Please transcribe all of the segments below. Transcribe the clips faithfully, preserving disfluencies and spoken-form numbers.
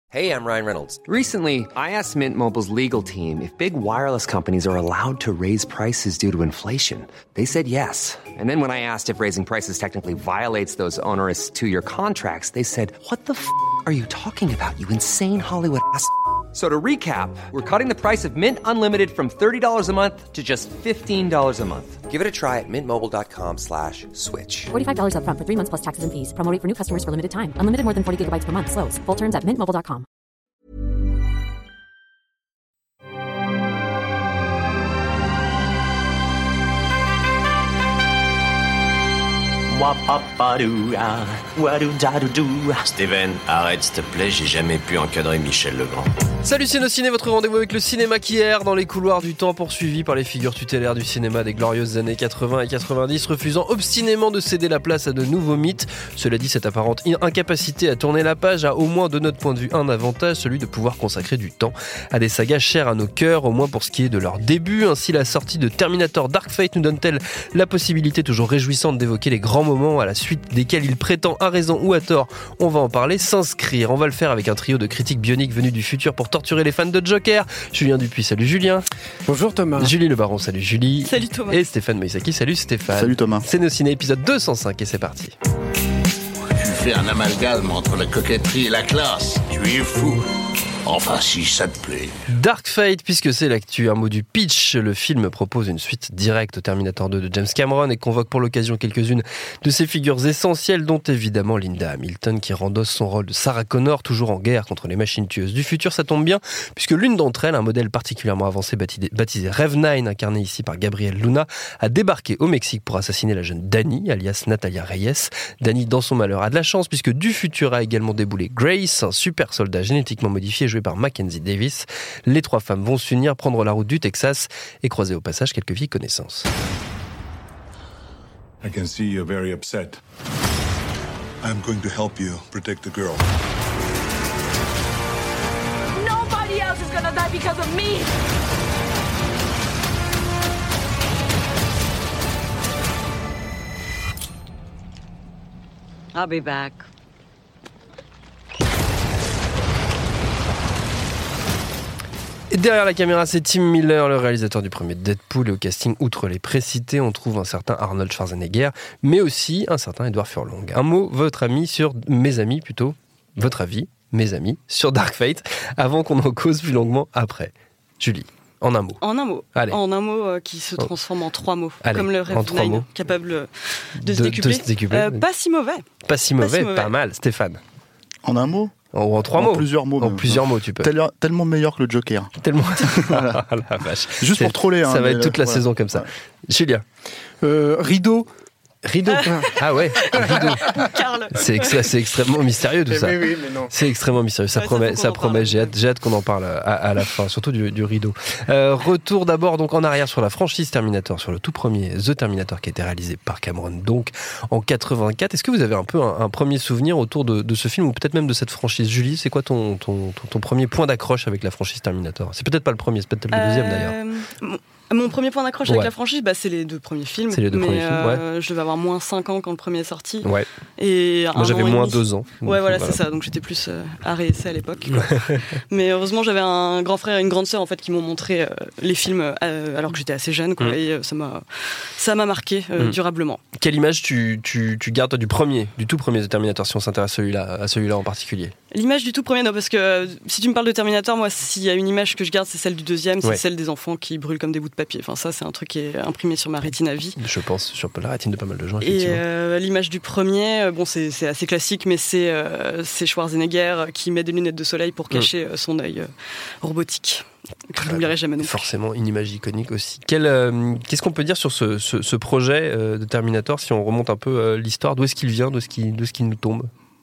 Hey, I'm Ryan Reynolds. Recently, I asked Mint Mobile's legal team if big wireless companies are allowed to raise prices due to inflation. They said yes. And then when I asked if raising prices technically violates those onerous two-year contracts, they said, what the f*** are you talking about, you insane Hollywood ass f- So to recap, we're cutting the price of Mint Unlimited from thirty dollars a month to just fifteen dollars a month. Give it a try at mintmobile.com slash switch. forty-five dollars up front for three months plus taxes and fees. Promo rate for new customers for limited time. Unlimited more than forty gigabytes per month. Slows full terms at mint mobile dot com. Steven, arrête s'il te plaît, j'ai jamais pu encadrer Michel Legrand. Salut Ciné, votre rendez-vous avec le cinéma qui erre dans les couloirs du temps, poursuivi par les figures tutélaires du cinéma des glorieuses années quatre-vingts et quatre-vingt-dix, refusant obstinément de céder la place à de nouveaux mythes. Cela dit, cette apparente incapacité à tourner la page a au moins de notre point de vue un avantage, celui de pouvoir consacrer du temps à des sagas chères à nos cœurs, au moins pour ce qui est de leur début. Ainsi, la sortie de Terminator Dark Fate nous donne-t-elle la possibilité toujours réjouissante d'évoquer les grands moments à la suite desquels il prétend, à raison ou à tort, on va en parler, s'inscrire. On va le faire avec un trio de critiques bioniques venus du futur pour torturer les fans de Joker. Julien Dupuis, salut Julien. Bonjour Thomas. Julie Le Baron, salut Julie. Salut Thomas. Et Stéphane Moïsaki, salut Stéphane. Salut Thomas. C'est nos ciné épisode deux cent cinq et c'est parti. Tu fais un amalgame entre la coquetterie et la classe. Tu es fou. Enfin, si ça te plaît. Dark Fate, puisque c'est l'actu, un mot du pitch. Le film propose une suite directe au Terminator deux de James Cameron et convoque pour l'occasion quelques-unes de ses figures essentielles, dont évidemment Linda Hamilton, qui rendosse son rôle de Sarah Connor, toujours en guerre contre les machines tueuses du futur. Ça tombe bien, puisque l'une d'entre elles, un modèle particulièrement avancé baptisé, baptisé Rev neuf, incarné ici par Gabriel Luna, a débarqué au Mexique pour assassiner la jeune Dani, alias Natalia Reyes. Dani, dans son malheur, a de la chance, puisque du futur a également déboulé Grace, un super soldat génétiquement modifié joué par Mackenzie Davis. Les trois femmes vont s'unir, prendre la route du Texas et croiser au passage quelques vieilles connaissances. I can see you're very upset. I'm going to help you protect the girl. Nobody else is gonna die because of me. I'll be back. Et derrière la caméra, c'est Tim Miller, le réalisateur du premier Deadpool. Et au casting, outre les précités, on trouve un certain Arnold Schwarzenegger, mais aussi un certain Edward Furlong. Un mot, votre ami sur... Mes amis, plutôt. Votre avis, mes amis, sur Dark Fate, avant qu'on en cause plus longuement après. Julie, en un mot. En un mot. Allez. En un mot euh, qui se transforme en trois mots. Allez, comme le en Rev trois neuf, mots. capable de, De- se décupler. de se décupler. Euh, pas si mauvais. Pas si mauvais, si pas, mauvais. mal. Stéphane. En un mot Ou en trois En mots. plusieurs mots. En même. plusieurs mots, tu peux. Tel- tellement meilleur que le Joker. Tellement. Ah, la vache. Juste C'est- pour troller. Ça hein, va mais être toute la voilà. saison comme ça. Ouais. Julien. Euh, rideau. Rideau. Ah ouais, rideau. Carl. C'est, ex- c'est extrêmement mystérieux tout Eh ça. oui, oui, mais non. C'est extrêmement mystérieux. Ça Ouais, ça promet, faut qu'on ça en promet. parle. J'ai hâte, j'ai hâte qu'on en parle à, à la fin, surtout du, du rideau. Euh, retour d'abord donc en arrière sur la franchise Terminator, sur le tout premier The Terminator qui a été réalisé par Cameron donc en quatre-vingt-quatre. Est-ce que vous avez un peu un, un premier souvenir autour de, de ce film ou peut-être même de cette franchise? Julie, c'est quoi ton, ton, ton, ton premier point d'accroche avec la franchise Terminator? C'est peut-être pas le premier, c'est peut-être le deuxième d'ailleurs. Euh, mon- Mon premier point d'accroche Ouais. avec la franchise, bah, c'est les deux premiers films. C'est les deux mais, premiers films, euh, Je devais avoir moins cinq ans quand le premier est sorti. Ouais. Et Moi un j'avais an et moins demi. deux ans. Ouais, Donc, voilà, c'est ça. Donc j'étais plus euh, art et essai à l'époque. quoi. Mais heureusement, j'avais un grand frère et une grande sœur en fait qui m'ont montré euh, les films euh, alors que j'étais assez jeune, quoi. Mm. Et euh, ça m'a, ça m'a marqué euh, Mm. durablement. Quelle image tu, tu, tu gardes toi, du premier, du tout premier The Terminator, si on s'intéresse à celui-là, à celui-là en particulier? L'image du tout premier, non, parce que euh, si tu me parles de Terminator, moi, s'il y a une image que je garde, c'est celle du deuxième, c'est Ouais. celle des enfants qui brûlent comme des bouts de papier. Enfin, ça, c'est un truc qui est imprimé sur ma rétine à vie. Je pense sur la rétine de pas mal de gens, Et effectivement. euh, l'image du premier, euh, bon, c'est, c'est assez classique, mais c'est, euh, c'est Schwarzenegger qui met des lunettes de soleil pour cacher euh, son œil euh, robotique. Que je n'oublierai jamais non plus. Forcément, une image iconique aussi. Quel, euh, qu'est-ce qu'on peut dire sur ce, ce, ce projet euh, de Terminator, si on remonte un peu euh, l'histoire? D'où est-ce qu'il vient? D'où est-ce qu'il, d'où est-ce qu'il nous tombe?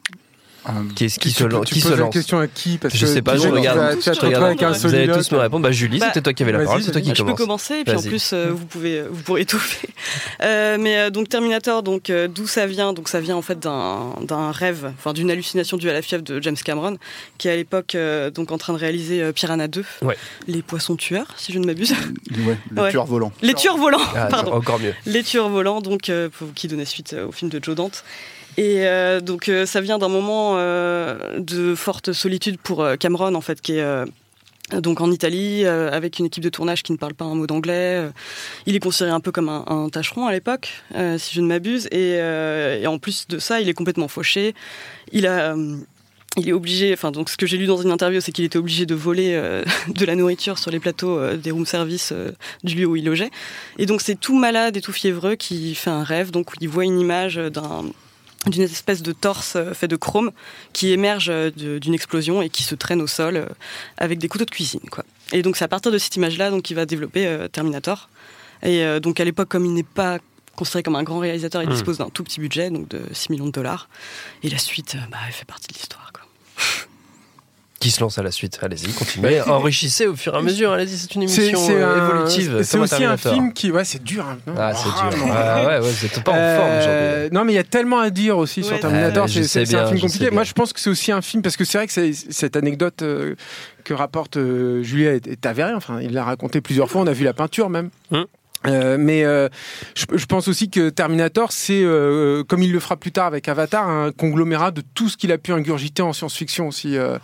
Qu'est-ce qui tu se, peux- lan- tu qui poses se la lance? question à qui? Parce Je que sais pas, tu je sais, regarde. tu vas- tu vas te Je retrouver regarde. avec un Vous allez soliloque. tous me répondre. Bah, Julie, Bah, c'était toi qui avais la vas-y, parole, c'est toi qui vas-y. Je peux commence. commencer, et puis en Vas-y. plus, euh, vous pouvez, vous pourrez étouffer. Euh, mais euh, donc Terminator, donc euh, d'où ça vient? Donc ça vient en fait d'un, d'un rêve, enfin d'une hallucination due à la fièvre de James Cameron, qui est à l'époque euh, donc en train de réaliser euh, Piranha deux, Ouais. les poissons tueurs, si je ne m'abuse. Ouais, le Ouais. tueur volant. Les tueurs volants, Ah, pardon. encore mieux. Les tueurs volants, donc euh, pour- qui donnait suite euh, au film de Joe Dante. Et euh, donc euh, ça vient d'un moment euh, de forte solitude pour euh, Cameron en fait, qui est euh, donc en Italie euh, avec une équipe de tournage qui ne parle pas un mot d'anglais. Euh, il est considéré un peu comme un, un tâcheron à l'époque, euh, si je ne m'abuse. Et, euh, et en plus de ça, il est complètement fauché. Il a euh, Il est obligé, enfin donc ce que j'ai lu dans une interview, c'est qu'il était obligé de voler euh, de la nourriture sur les plateaux euh, des room service euh, du lieu où il logeait. Et donc c'est tout malade et tout fiévreux qui fait un rêve, donc où il voit une image d'un, d'une espèce de torse euh, fait de chrome qui émerge euh, de, d'une explosion et qui se traîne au sol euh, avec des couteaux de cuisine, quoi. Et donc c'est à partir de cette image-là donc qu'il va développer euh, Terminator. Et euh, donc à l'époque, comme il n'est pas considéré comme un grand réalisateur, il mmh. dispose d'un tout petit budget, donc de six millions de dollars. Et la suite, bah, elle fait partie de l'histoire, quoi. Qui se lance à la suite? Allez-y, continuez. Enrichissez au fur et à mesure. Allez-y, c'est une émission c'est, c'est euh, évolutive. Un, c'est aussi un film qui... Ouais, c'est dur. Hein, ah, c'est oh, dur. Ah, ouais, ouais, vous n'êtes pas en forme aujourd'hui. Euh, non, mais il y a tellement à dire aussi ouais, sur Terminator. Euh, c'est, c'est, c'est un film compliqué. Moi, je pense que c'est aussi un film... Parce que c'est vrai que c'est, cette anecdote euh, que rapporte euh, Julia est, est avérée. Enfin, il l'a raconté plusieurs fois. On a vu la peinture même. Hum. Euh, mais euh, je, je pense aussi que Terminator, c'est, euh, comme il le fera plus tard avec Avatar, un conglomérat de tout ce qu'il a pu ingurgiter en science-fiction aussi. Euh,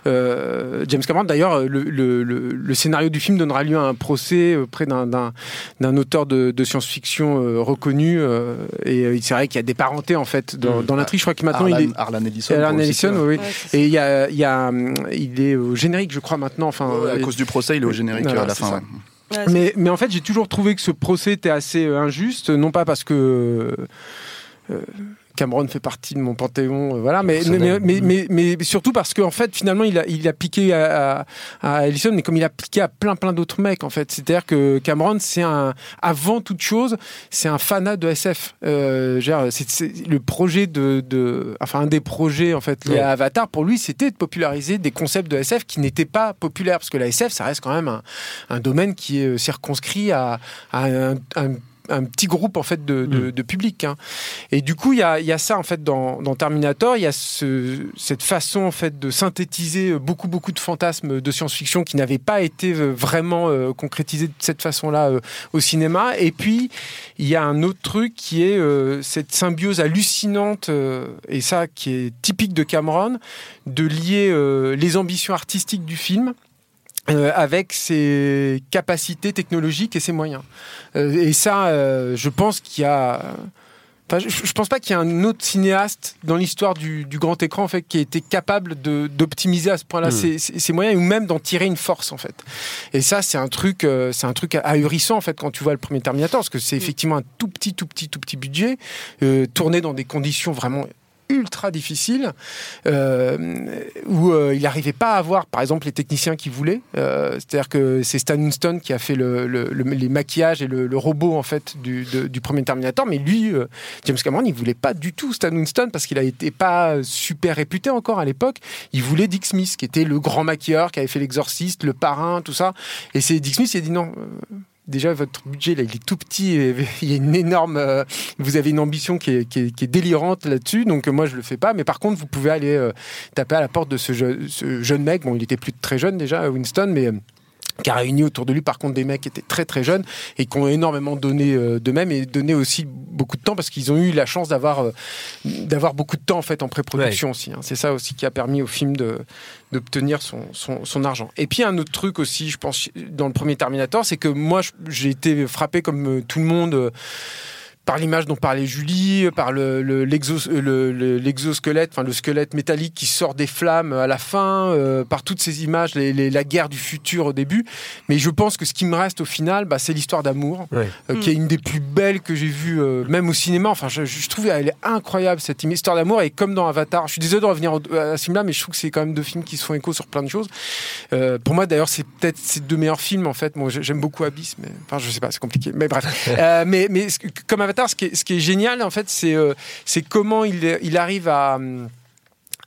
euh, James Cameron, d'ailleurs, le, le, le, le scénario du film donnera lieu à un procès auprès d'un, d'un, d'un auteur de, de science-fiction euh, reconnu. Euh, et c'est vrai qu'il y a des parentés, en fait, dans, dans l'intrigue. Je crois que maintenant, Arlan, il est... Arlan Ellison. Arlan Ellison, oui. Ouais, et il y a, il y a, il est au générique, je crois, maintenant. Enfin, ouais, à cause du procès, il est au générique voilà, à la fin. Ouais. Ouais, mais, mais en fait, j'ai toujours trouvé que ce procès était assez euh, injuste, non pas parce que euh, Cameron fait partie de mon panthéon, euh, voilà, mais mais, mais, mais, mais surtout parce qu'en fait, finalement, il a, il a piqué à, à, à Ellison, mais comme il a piqué à plein plein d'autres mecs, en fait. C'est-à-dire que Cameron, c'est un, avant toute chose, c'est un fanat de S F. Euh, genre, c'est, c'est le projet de, de, enfin, un des projets en fait liés ouais. à Avatar, pour lui, c'était de populariser des concepts de S F qui n'étaient pas populaires, parce que la S F, ça reste quand même un, un domaine qui est circonscrit à, à un, un un petit groupe en fait de, de, de public, hein. Et du coup il y a, y a ça en fait dans, dans Terminator, il y a ce, cette façon en fait de synthétiser beaucoup beaucoup de fantasmes de science-fiction qui n'avaient pas été vraiment euh, concrétisés de cette façon-là euh, au cinéma. Et puis il y a un autre truc qui est euh, cette symbiose hallucinante euh, et ça qui est typique de Cameron, de lier euh, les ambitions artistiques du film Euh, avec ses capacités technologiques et ses moyens. Euh, et ça, euh, je pense qu'il y a... Enfin, je, je pense pas qu'il y ait un autre cinéaste dans l'histoire du, du grand écran en fait, qui ait été capable de, d'optimiser à ce point-là mmh. ses, ses, ses moyens ou même d'en tirer une force en fait. Et ça, c'est un truc, euh, c'est un truc ahurissant en fait quand tu vois le premier Terminator, parce que c'est effectivement un tout petit, tout petit, tout petit budget euh, tourné dans des conditions vraiment ultra difficile euh, où euh, il n'arrivait pas à avoir par exemple les techniciens qu'il voulait, euh, c'est-à-dire que c'est Stan Winston qui a fait le, le, le, les maquillages et le, le robot en fait du, de, du premier Terminator, mais lui euh, James Cameron il voulait pas du tout Stan Winston parce qu'il a été pas super réputé encore à l'époque. Il voulait Dick Smith qui était le grand maquilleur qui avait fait l'Exorciste, le Parrain, tout ça, et c'est Dick Smith qui a dit non, euh, déjà votre budget là il est tout petit, il y a une énorme euh, vous avez une ambition qui est, qui, est, qui est délirante là-dessus, donc euh, moi je le fais pas, mais par contre vous pouvez aller euh, taper à la porte de ce, je, ce jeune mec, bon il était plus très jeune déjà Winston, mais euh, qui a réuni autour de lui par contre des mecs qui étaient très très jeunes et qui ont énormément donné euh, d'eux-mêmes et donné aussi beaucoup de temps parce qu'ils ont eu la chance d'avoir euh, d'avoir beaucoup de temps en fait en pré-production ouais. aussi, hein. C'est ça aussi qui a permis au film de d'obtenir son, son, son argent. Et puis un autre truc aussi je pense dans le premier Terminator, c'est que moi j'ai été frappé comme tout le monde euh, par l'image dont parlait Julie, par le, le, l'exos, le, le, l'exosquelette, enfin le squelette métallique qui sort des flammes à la fin, euh, par toutes ces images, les, les, la guerre du futur au début. Mais je pense que ce qui me reste au final, bah, c'est l'histoire d'amour, ouais. euh, mmh. qui est une des plus belles que j'ai vues, euh, même au cinéma. Enfin, je, je trouve qu'elle est incroyable, cette histoire d'amour. Et comme dans Avatar, je suis désolé de revenir à ce film-là, mais je trouve que c'est quand même deux films qui se font écho sur plein de choses. Euh, pour moi, d'ailleurs, c'est peut-être ces deux meilleurs films, en fait. Moi, j'aime beaucoup Abyss, mais enfin, je sais pas, c'est compliqué. Mais bref. euh, mais, mais comme Avatar, Ce qui, est, ce qui est génial en fait, c'est, euh, c'est comment il, il arrive à,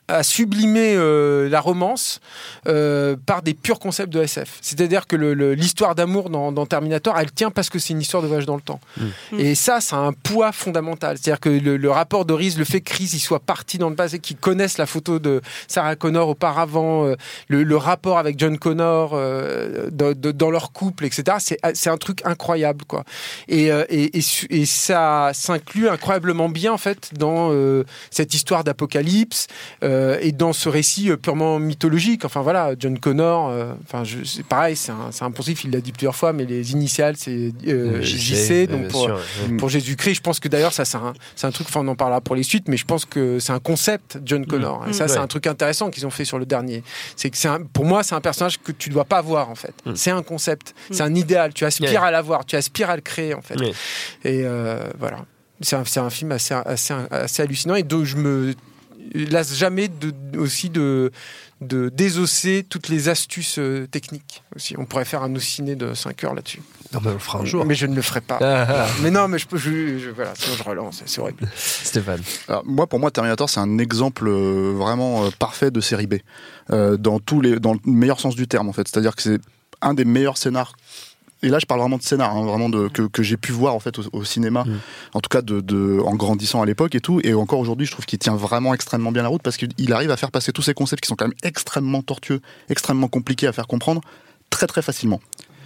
à sublimer euh, la romance euh, par des purs concepts de S F. C'est-à-dire que le, le, l'histoire d'amour dans, dans Terminator, elle tient parce que c'est une histoire de voyage dans le temps. Mmh. Et ça, ça a un poids fondamental. C'est-à-dire que le, le rapport de Reese, le fait que Reese il soit parti dans le passé, qu'il connaisse la photo de Sarah Connor auparavant, euh, le, le rapport avec John Connor euh, de, de, dans leur couple, et cetera. C'est, c'est un truc incroyable, quoi. Et, euh, et, et, et ça s'inclut incroyablement bien, en fait, dans euh, cette histoire d'apocalypse. Euh, et dans ce récit purement mythologique, enfin voilà, John Connor, euh, enfin je, c'est pareil, c'est un, c'est un poncif, il l'a dit plusieurs fois, mais les initiales c'est euh, J C, J C, donc pour, sûr, ouais. pour Jésus-Christ. Je pense que d'ailleurs ça c'est un, c'est un truc, enfin on en parlera pour les suites, mais je pense que c'est un concept John Connor. Mmh. Et ça mmh. c'est ouais. un truc intéressant qu'ils ont fait sur le dernier. C'est que c'est un, pour moi c'est un personnage que tu dois pas voir en fait. Mmh. C'est un concept, mmh. c'est un idéal. Tu aspires yeah. à l'avoir, tu aspires à le créer en fait. Yeah. Et euh, voilà, c'est un, c'est un film assez, assez, assez hallucinant et dont je me lasse jamais de, aussi de, de désosser toutes les astuces euh, techniques aussi. On pourrait faire unociné de cinq heures là-dessus. Non, mais on le fera un jour. Mais je ne le ferai pas. Ah, ah. Mais non, mais je peux. Je, je, voilà, sinon je relance. C'est horrible. Stéphane. Alors, moi, pour moi, Terminator, c'est un exemple euh, vraiment euh, parfait de série B, euh, dans tous les, dans le meilleur sens du terme, en fait. C'est-à-dire que c'est un des meilleurs scénars. Et là, je parle vraiment de scénar, hein, vraiment de, que, que j'ai pu voir en fait au, au cinéma, mmh. en tout cas de, de, en grandissant à l'époque et tout. Et encore aujourd'hui, je trouve qu'il tient vraiment extrêmement bien la route parce qu'il arrive à faire passer tous ces concepts qui sont quand même extrêmement tortueux, extrêmement compliqués à faire comprendre, très très facilement.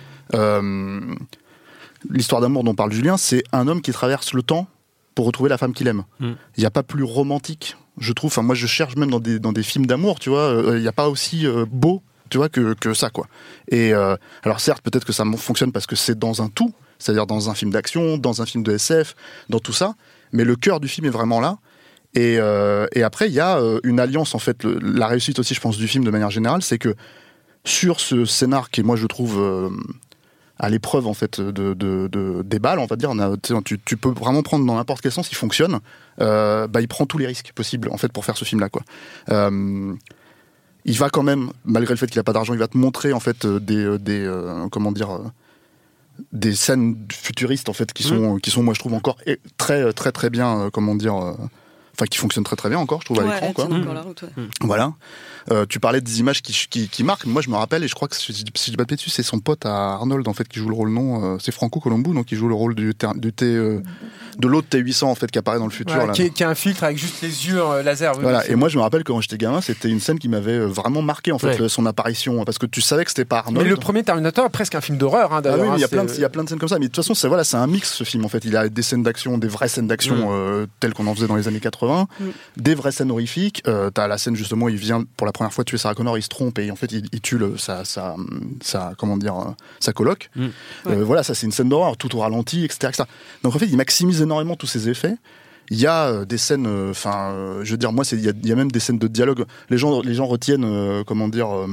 Euh, l'histoire d'amour dont parle Julien, c'est un homme qui traverse le temps pour retrouver la femme qu'il aime. Il mmh. n'y a pas plus romantique, je trouve. Enfin, moi, je cherche même dans des, dans des films d'amour, tu vois, il euh, n'y a pas aussi euh, beau. Tu vois, que, que ça, quoi. Et euh, alors, certes, peut-être que ça fonctionne parce que c'est dans un tout, c'est-à-dire dans un film d'action, dans un film de S F, dans tout ça, mais le cœur du film est vraiment là. Et, euh, et après, il y a euh, une alliance, en fait, le, la réussite aussi, je pense, du film de manière générale, c'est que sur ce scénar qui, moi, je trouve euh, à l'épreuve, en fait, de, de, de, des balles, on va dire, on a, tu, tu peux vraiment prendre dans n'importe quel sens, il fonctionne, euh, bah, il prend tous les risques possibles, en fait, pour faire ce film-là, quoi. Euh, Il va quand même, malgré le fait qu'il n'a pas d'argent, il va te montrer en fait des, des euh, comment dire, euh, des scènes futuristes en fait qui sont, mmh. qui sont, moi je trouve encore très très très bien, euh, comment dire, euh, enfin qui fonctionnent très très bien encore, je trouve, à ouais, l'écran, quoi. Mmh. La route, ouais. Mmh. Voilà. Euh, tu parlais des images qui, qui, qui marquent. Moi, je me rappelle, et je crois que si je dis pas de bêtises, c'est son pote à Arnold en fait qui joue le rôle non. Euh, c'est Franco Colombo, donc qui joue le rôle du, du T, euh, de l'autre T huit cents en fait qui apparaît dans le futur. Ouais, là. Qui, est, qui a un filtre avec juste les yeux euh, laser. Voilà. Oui, et moi, je me rappelle que quand j'étais gamin, c'était une scène qui m'avait vraiment marqué en fait, ouais. son apparition, parce que tu savais que c'était pas Arnold. Mais le premier Terminator est presque un film d'horreur, hein, d'ailleurs. Ah oui, il y a c'est... plein, de, il y a plein de scènes comme ça. Mais de toute façon, c'est voilà, c'est un mix ce film en fait. Il a des scènes d'action, des vraies scènes d'action mmh. euh, telles qu'on en faisait dans les années quatre-vingts, mmh. des vraies scènes horrifiques. Euh, t'as la scène justement, il vient pour la première fois tuer Sarah Connor, il se trompe et en fait il, il tue le, sa, sa, sa, comment dire, sa coloc. Mmh. Ouais. Euh, voilà, ça c'est une scène d'horreur, tout au ralenti, et cetera, et cetera. Donc en fait, il maximise énormément tous ces effets. Il y a euh, des scènes, enfin, euh, je veux dire, moi, il y, y a même des scènes de dialogue. Les gens, les gens retiennent, euh, comment dire. Euh,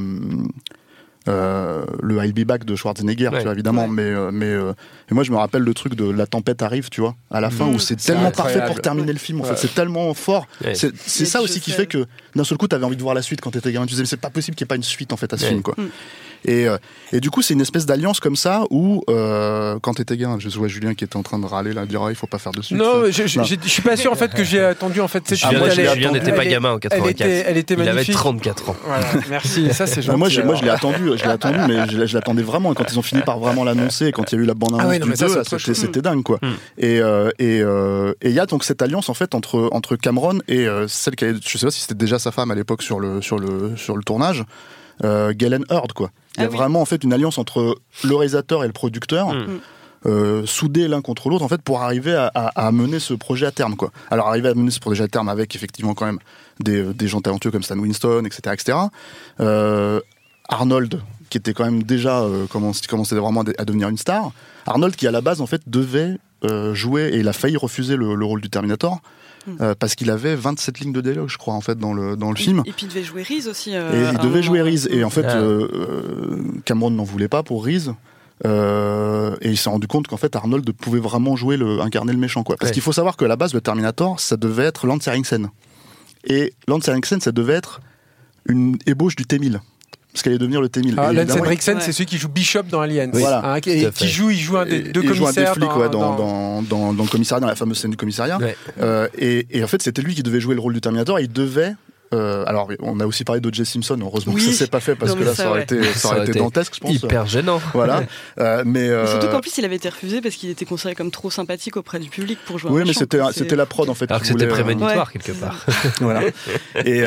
Euh, le I'll Be Back de Schwarzenegger, ouais, tu vois, évidemment, ouais. mais, euh, mais euh, et moi je me rappelle le truc de la tempête arrive, tu vois, à la mmh, fin, où c'est, c'est tellement incroyable. Parfait pour terminer ouais. le film, en ouais. fait, c'est tellement fort. Ouais. C'est, c'est ça aussi qui fait que d'un seul coup t'avais envie de voir la suite quand t'étais gamin. Tu disais, mais c'est pas possible qu'il n'y ait pas une suite en fait à ce ouais. film, quoi. Mmh. Et, euh, et du coup, c'est une espèce d'alliance comme ça où, euh, quand t'étais gamin, je vois Julien qui était en train de râler là, dire ah, il faut pas faire de suite. Non, je, je, je, je suis pas sûr en fait que j'ai attendu en fait cette Julien, ah, Julien, Julien n'était pas gamin en quatre-vingt-quatre. Elle était, elle était il magnifique. avait trente-quatre ans. Voilà, merci. Ça c'est gentil. Moi, je, moi, je l'ai attendu, je l'ai attendu, mais je, je l'attendais vraiment. Et quand ils ont fini par vraiment l'annoncer, quand il y a eu la bande-annonce ah ouais, du deux, ça, c'était, c'était dingue, quoi. Mm. Et euh, et euh, et il y a donc cette alliance en fait entre entre Cameron et euh, celle qui, avait, je sais pas si c'était déjà sa femme à l'époque sur le sur le sur le tournage, euh, Galen Hurd, quoi. Il y a ah oui. vraiment en fait une alliance entre le réalisateur et le producteur. Mm. Euh, soudés l'un contre l'autre en fait pour arriver à, à, à mener ce projet à terme, quoi. Alors arriver à mener ce projet à terme avec effectivement quand même des, des gens talentueux comme Stan Winston, etc, etc. Euh, Arnold qui était quand même déjà euh, commençait, commençait vraiment à devenir une star. Arnold qui à la base en fait devait euh, jouer et il a failli refuser le, le rôle du Terminator. Euh, parce qu'il avait vingt-sept lignes de dialogue, je crois, en fait, dans le, dans le et, film. Et puis il devait jouer Reese aussi. Euh, et il devait jouer Reese. Et en fait, ah. euh, Cameron n'en voulait pas pour Reese. Euh, et il s'est rendu compte qu'en fait, Arnold pouvait vraiment jouer le, incarner le méchant, quoi. Parce ouais. qu'il faut savoir qu'à la base, le Terminator, ça devait être Lance Henriksen. Et Lance Henriksen, ça devait être une ébauche du T mille. Parce qu'elle allait devenir le T mille. Ah, Lance Henriksen, ouais. c'est celui qui joue Bishop dans Aliens. Oui. Voilà. Hein, et qui joue, il joue un des deux commissaires. Il joue un des flics, dans, ouais, dans, dans, dans, dans, dans le commissariat, dans la fameuse scène du commissariat. Ouais. Euh, et, et en fait, c'était lui qui devait jouer le rôle du Terminator et il devait Euh, alors, on a aussi parlé d'O J Simpson. Heureusement oui. que ça s'est pas fait parce non, que là, ça, ça aurait ouais. été, ça aurait été dantesque, je pense. Hyper gênant. Voilà. Euh, mais, euh... mais surtout qu'en plus, il avait été refusé parce qu'il était considéré comme trop sympathique auprès du public pour jouer. Oui, un mais méchant, c'était, c'est... c'était la prod en fait. Alors que c'était voulait, prémonitoire ouais. quelque part. Voilà. Et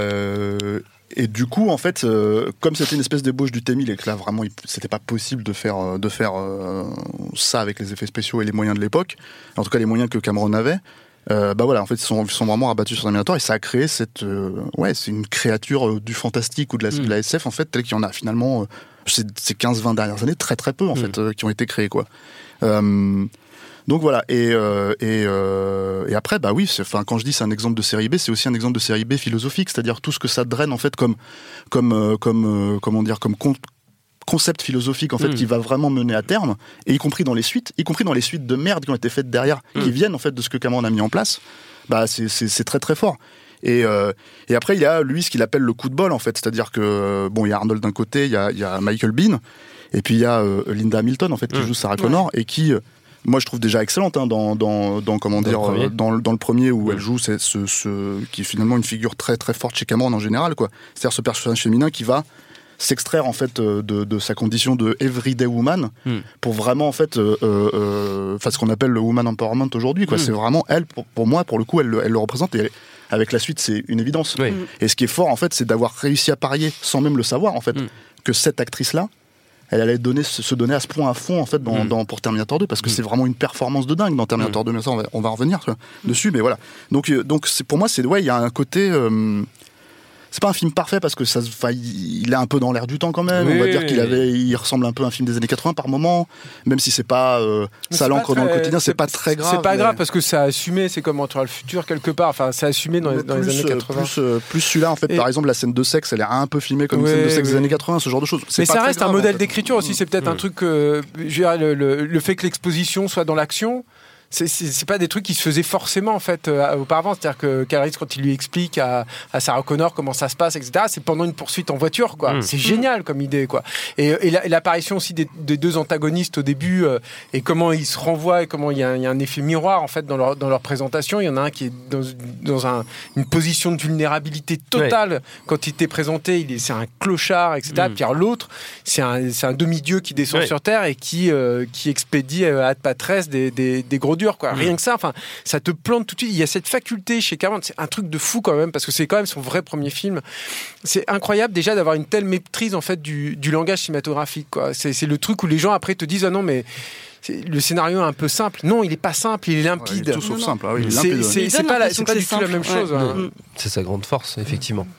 euh... Et du coup, en fait, euh, comme c'était une espèce d'ébauche du T mille et que là, vraiment, il, c'était pas possible de faire, de faire euh, ça avec les effets spéciaux et les moyens de l'époque, en tout cas les moyens que Cameron avait, euh, bah voilà, en fait, ils sont, ils sont vraiment rabattus sur Terminator et ça a créé cette, euh, ouais, c'est une créature euh, du fantastique ou de la, mmh. de la S F, en fait, telle qu'il y en a finalement, euh, ces, ces quinze vingt dernières années, très très peu, en mmh. fait, euh, qui ont été créés, quoi. Euh, Donc voilà, et, euh, et, euh, et après, bah oui, c'est, enfin, quand je dis c'est un exemple de série B, c'est aussi un exemple de série B philosophique, c'est-à-dire tout ce que ça draine en fait comme, comme, euh, comme, euh, comment dire, comme con- concept philosophique en fait mmh. qui va vraiment mener à terme, et y compris dans les suites, y compris dans les suites de merde qui ont été faites derrière, mmh. qui viennent en fait de ce que Cameron a mis en place, bah c'est, c'est, c'est très très fort. Et, euh, et après, il y a lui ce qu'il appelle le coup de bol en fait, c'est-à-dire que bon, il y a Arnold d'un côté, il y a, il y a Michael Biehn, et puis il y a euh, Linda Hamilton en fait qui mmh. joue Sarah Connor ouais. et qui moi je trouve déjà excellente hein, dans, dans, dans comment dans dire le euh, dans, dans le premier où ouais. elle joue c'est ce, ce qui est finalement une figure très très forte chez Cameron en général quoi, c'est-à-dire ce personnage féminin qui va s'extraire en fait de, de sa condition de everyday woman mm. pour vraiment en fait euh, euh, enfin ce qu'on appelle le woman empowerment aujourd'hui quoi, mm. c'est vraiment elle pour, pour moi pour le coup elle, elle le représente et elle, avec la suite c'est une évidence oui. et ce qui est fort en fait c'est d'avoir réussi à parier sans même le savoir en fait mm. que cette actrice là elle allait donner, se donner à ce point à fond en fait dans, mmh. dans, pour Terminator deux parce que mmh. c'est vraiment une performance de dingue dans Terminator mmh. deux, mais ça on va, on va revenir tu vois, mmh. dessus mais voilà donc, euh, donc c'est, pour moi c'est, ouais, il y a un côté euh, c'est pas un film parfait parce que ça, il, il est un peu dans l'air du temps quand même oui, on va dire qu'il avait, il ressemble un peu à un film des années quatre-vingts par moment même si c'est pas euh, ça l'ancre dans le quotidien c'est, c'est pas très grave c'est pas mais... grave parce que c'est assumé c'est comme Retour à le futur quelque part enfin c'est assumé dans, les, dans plus, les années quatre-vingts plus, euh, plus celui-là en fait et... par exemple la scène de sexe elle est un peu filmée comme oui, une scène de sexe oui. des années quatre-vingts ce genre de choses c'est mais pas ça reste grave, un modèle en fait. d'écriture aussi c'est peut-être mmh. un truc euh, je veux dire, le, le, le fait que l'exposition soit dans l'action C'est, c'est, c'est pas des trucs qui se faisaient forcément en fait euh, auparavant, c'est-à-dire que Keanu Reeves quand il lui explique à, à Sarah Connor comment ça se passe, et cetera. C'est pendant une poursuite en voiture, quoi. Mmh. C'est génial comme idée, quoi. Et, et, la, et l'apparition aussi des, des deux antagonistes au début euh, et comment ils se renvoient et comment il y, y a un effet miroir en fait dans leur dans leur présentation. Il y en a un qui est dans, dans un, une position de vulnérabilité totale ouais. quand il t'est présenté. Il est, c'est un clochard, et cetera. Mmh. Puis alors, l'autre, c'est un, c'est un demi-dieu qui descend ouais. sur terre et qui euh, qui expédie à patresse des, des, des gros dur quoi. Rien que ça, enfin, ça te plante tout de suite. Il y a cette faculté chez Cameron, c'est un truc de fou quand même parce que c'est quand même son vrai premier film. C'est incroyable déjà d'avoir une telle maîtrise en fait du, du langage cinématographique quoi. C'est, c'est le truc où les gens après te disent ah non mais c'est, le scénario est un peu simple. Non, il est pas simple, il est limpide. Ouais, il est tout sauf simple. Ah oui, il est c'est, limpide. C'est, c'est, c'est pas, la, c'est pas du tout la même ouais. chose. Hein. Mmh. C'est sa grande force effectivement.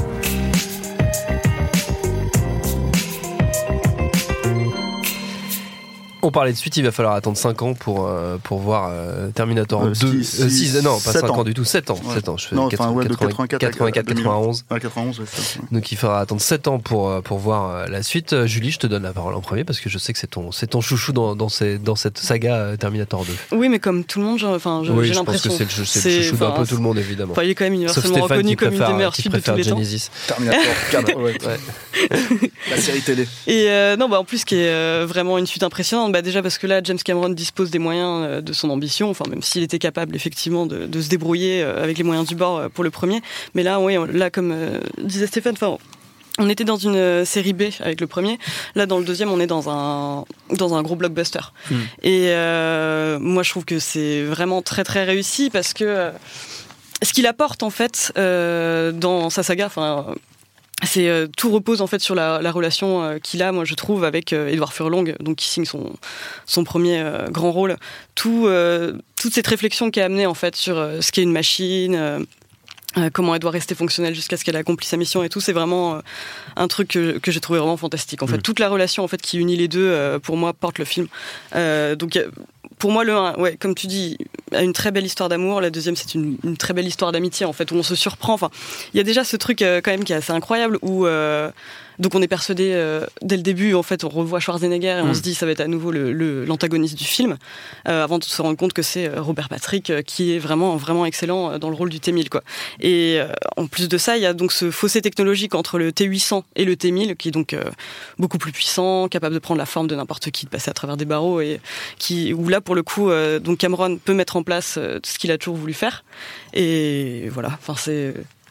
On parlait de suite, il va falloir attendre cinq ans pour, euh, pour voir euh, Terminator euh, deux. six, euh, six, non, pas cinq ans. ans du tout, sept ans. Ouais. sept ans. Je fais non, quatre, enfin, ouais, quatre-vingt-quatre, quatre-vingt-quatre, quatre-vingt-onze. Ouais, quatre-vingt-onze, ouais, ça, ouais. Donc il faudra attendre sept ans pour, pour voir la suite. Julie, je te donne la parole en premier parce que je sais que c'est ton, c'est ton chouchou dans, dans, ces, dans cette saga Terminator deux. Oui, mais comme tout le monde, j'ai, enfin, j'ai, oui, j'ai je l'impression. pense que c'est le, c'est le chouchou d'un peu tout le monde, évidemment. Enfin, il est quand même universellement reconnu comme une des meilleures suites de tous les temps. Terminator quatre, ouais. La série télé. Et euh, non, bah en plus, qui est euh, vraiment une suite impressionnante, bah déjà parce que là, James Cameron dispose des moyens euh, de son ambition, enfin même s'il était capable effectivement de, de se débrouiller euh, avec les moyens du bord euh, pour le premier, mais là, oui, là comme euh, disait Stéphane, enfin. On était dans une euh, série B avec le premier. Là, dans le deuxième, on est dans un dans un gros blockbuster. Mmh. Et euh, moi, je trouve que c'est vraiment très très réussi parce que euh, ce qu'il apporte en fait euh, dans sa saga, enfin. C'est euh, tout repose en fait sur la, la relation euh, qu'il a, moi je trouve, avec euh, Edward Furlong, donc qui signe son son premier euh, grand rôle. Tout euh, toute cette réflexion qui a amené en fait sur euh, ce qu'est une machine. Euh, Euh, comment elle doit rester fonctionnelle jusqu'à ce qu'elle accomplisse sa mission et tout, c'est vraiment euh, un truc que, que j'ai trouvé vraiment fantastique. En fait, mmh. toute la relation en fait qui unit les deux, euh, pour moi, porte le film. Euh, donc, pour moi, le un, ouais, comme tu dis, a une très belle histoire d'amour. La deuxième, c'est une, une très belle histoire d'amitié, en fait, où on se surprend. Enfin, il y a déjà ce truc euh, quand même qui est assez incroyable, où euh, donc on est persuadé euh, dès le début, en fait, on revoit Schwarzenegger et mmh. on se dit ça va être à nouveau le, le, l'antagoniste du film, euh, avant de se rendre compte que c'est Robert Patrick euh, qui est vraiment vraiment excellent dans le rôle du T mille, quoi. Et euh, en plus de ça, il y a donc ce fossé technologique entre le T huit cents et le T mille, qui est donc euh, beaucoup plus puissant, capable de prendre la forme de n'importe qui, de passer à travers des barreaux, et qui, où là, pour le coup, euh, donc Cameron peut mettre en place euh, ce qu'il a toujours voulu faire. Et voilà, enfin c'est...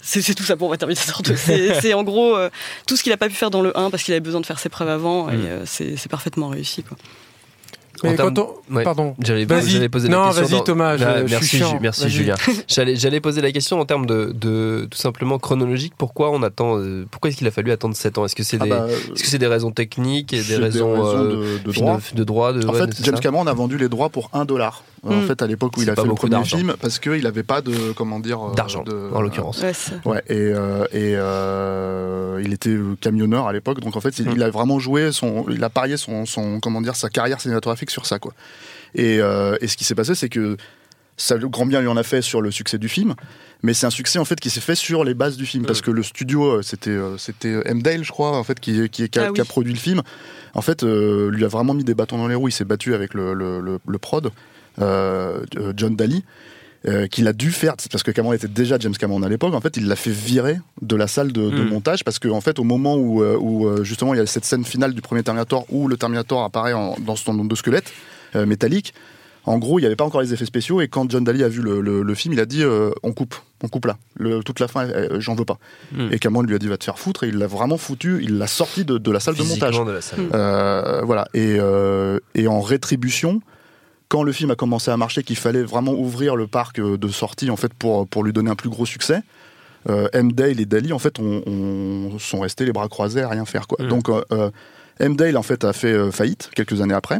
c'est, c'est tout ça pour moi, Terminator deux. C'est, c'est en gros euh, tout ce qu'il a pas pu faire dans le un parce qu'il avait besoin de faire ses preuves avant, et euh, c'est, c'est parfaitement réussi, quoi. Mais termes... quand on... ouais. Pardon. J'allais, vas-y. j'allais poser la non, question. vas-y, dans... Thomas. Bah, je, merci, je suis chiant. merci vas-y. Julien. J'allais, j'allais poser la question en termes de, de tout simplement chronologique. Pourquoi on attend euh, Pourquoi est-ce qu'il a fallu attendre sept ans ? Est-ce que c'est des, ah bah, est-ce que c'est des raisons techniques et des des raisons, raisons euh, de, de droit de droit de, En ouais, fait, James Cameron a vendu les droits pour un dollar. Mm. En fait, à l'époque où c'est il a fait le premier d'argent. film, parce qu'il n'avait pas de comment dire d'argent, de, en l'occurrence. Ouais, ouais et, euh, et euh, il était camionneur à l'époque, donc en fait, il, mm. il a vraiment joué son, il a parié son, son comment dire sa carrière cinématographique sur ça, quoi. Et, euh, et ce qui s'est passé, c'est que ça, le grand bien lui en a fait sur le succès du film, mais c'est un succès en fait qui s'est fait sur les bases du film, mmh. parce que le studio, c'était c'était M. Dale, je crois, en fait, qui, qui, qui, a, ah, oui. qui a produit le film. En fait, euh, lui a vraiment mis des bâtons dans les roues. Il s'est battu avec le, le, le, le prod, euh, John Daly, euh, qu'il a dû faire, parce que Cameron était déjà James Cameron à l'époque. En fait, il l'a fait virer de la salle de, mmh. de montage, parce que en fait, au moment où, où justement il y a cette scène finale du premier Terminator où le Terminator apparaît en, dans son de squelette euh, métallique. En gros, il n'y avait pas encore les effets spéciaux, et quand John Daly a vu le, le, le film, il a dit euh, on coupe, on coupe là, le, toute la fin, euh, j'en veux pas. Mm. Et Cameron lui a dit va te faire foutre, et il l'a vraiment foutu, il l'a sorti de, de la salle Physiquement de montage. De la salle. Euh, voilà. Et, euh, et en rétribution, quand le film a commencé à marcher, qu'il fallait vraiment ouvrir le parc de sortie en fait pour pour lui donner un plus gros succès, euh, M. Dale et Daly en fait on, on sont restés les bras croisés à rien faire, quoi. Mm. Donc euh, M. Dale en fait a fait euh, faillite quelques années après.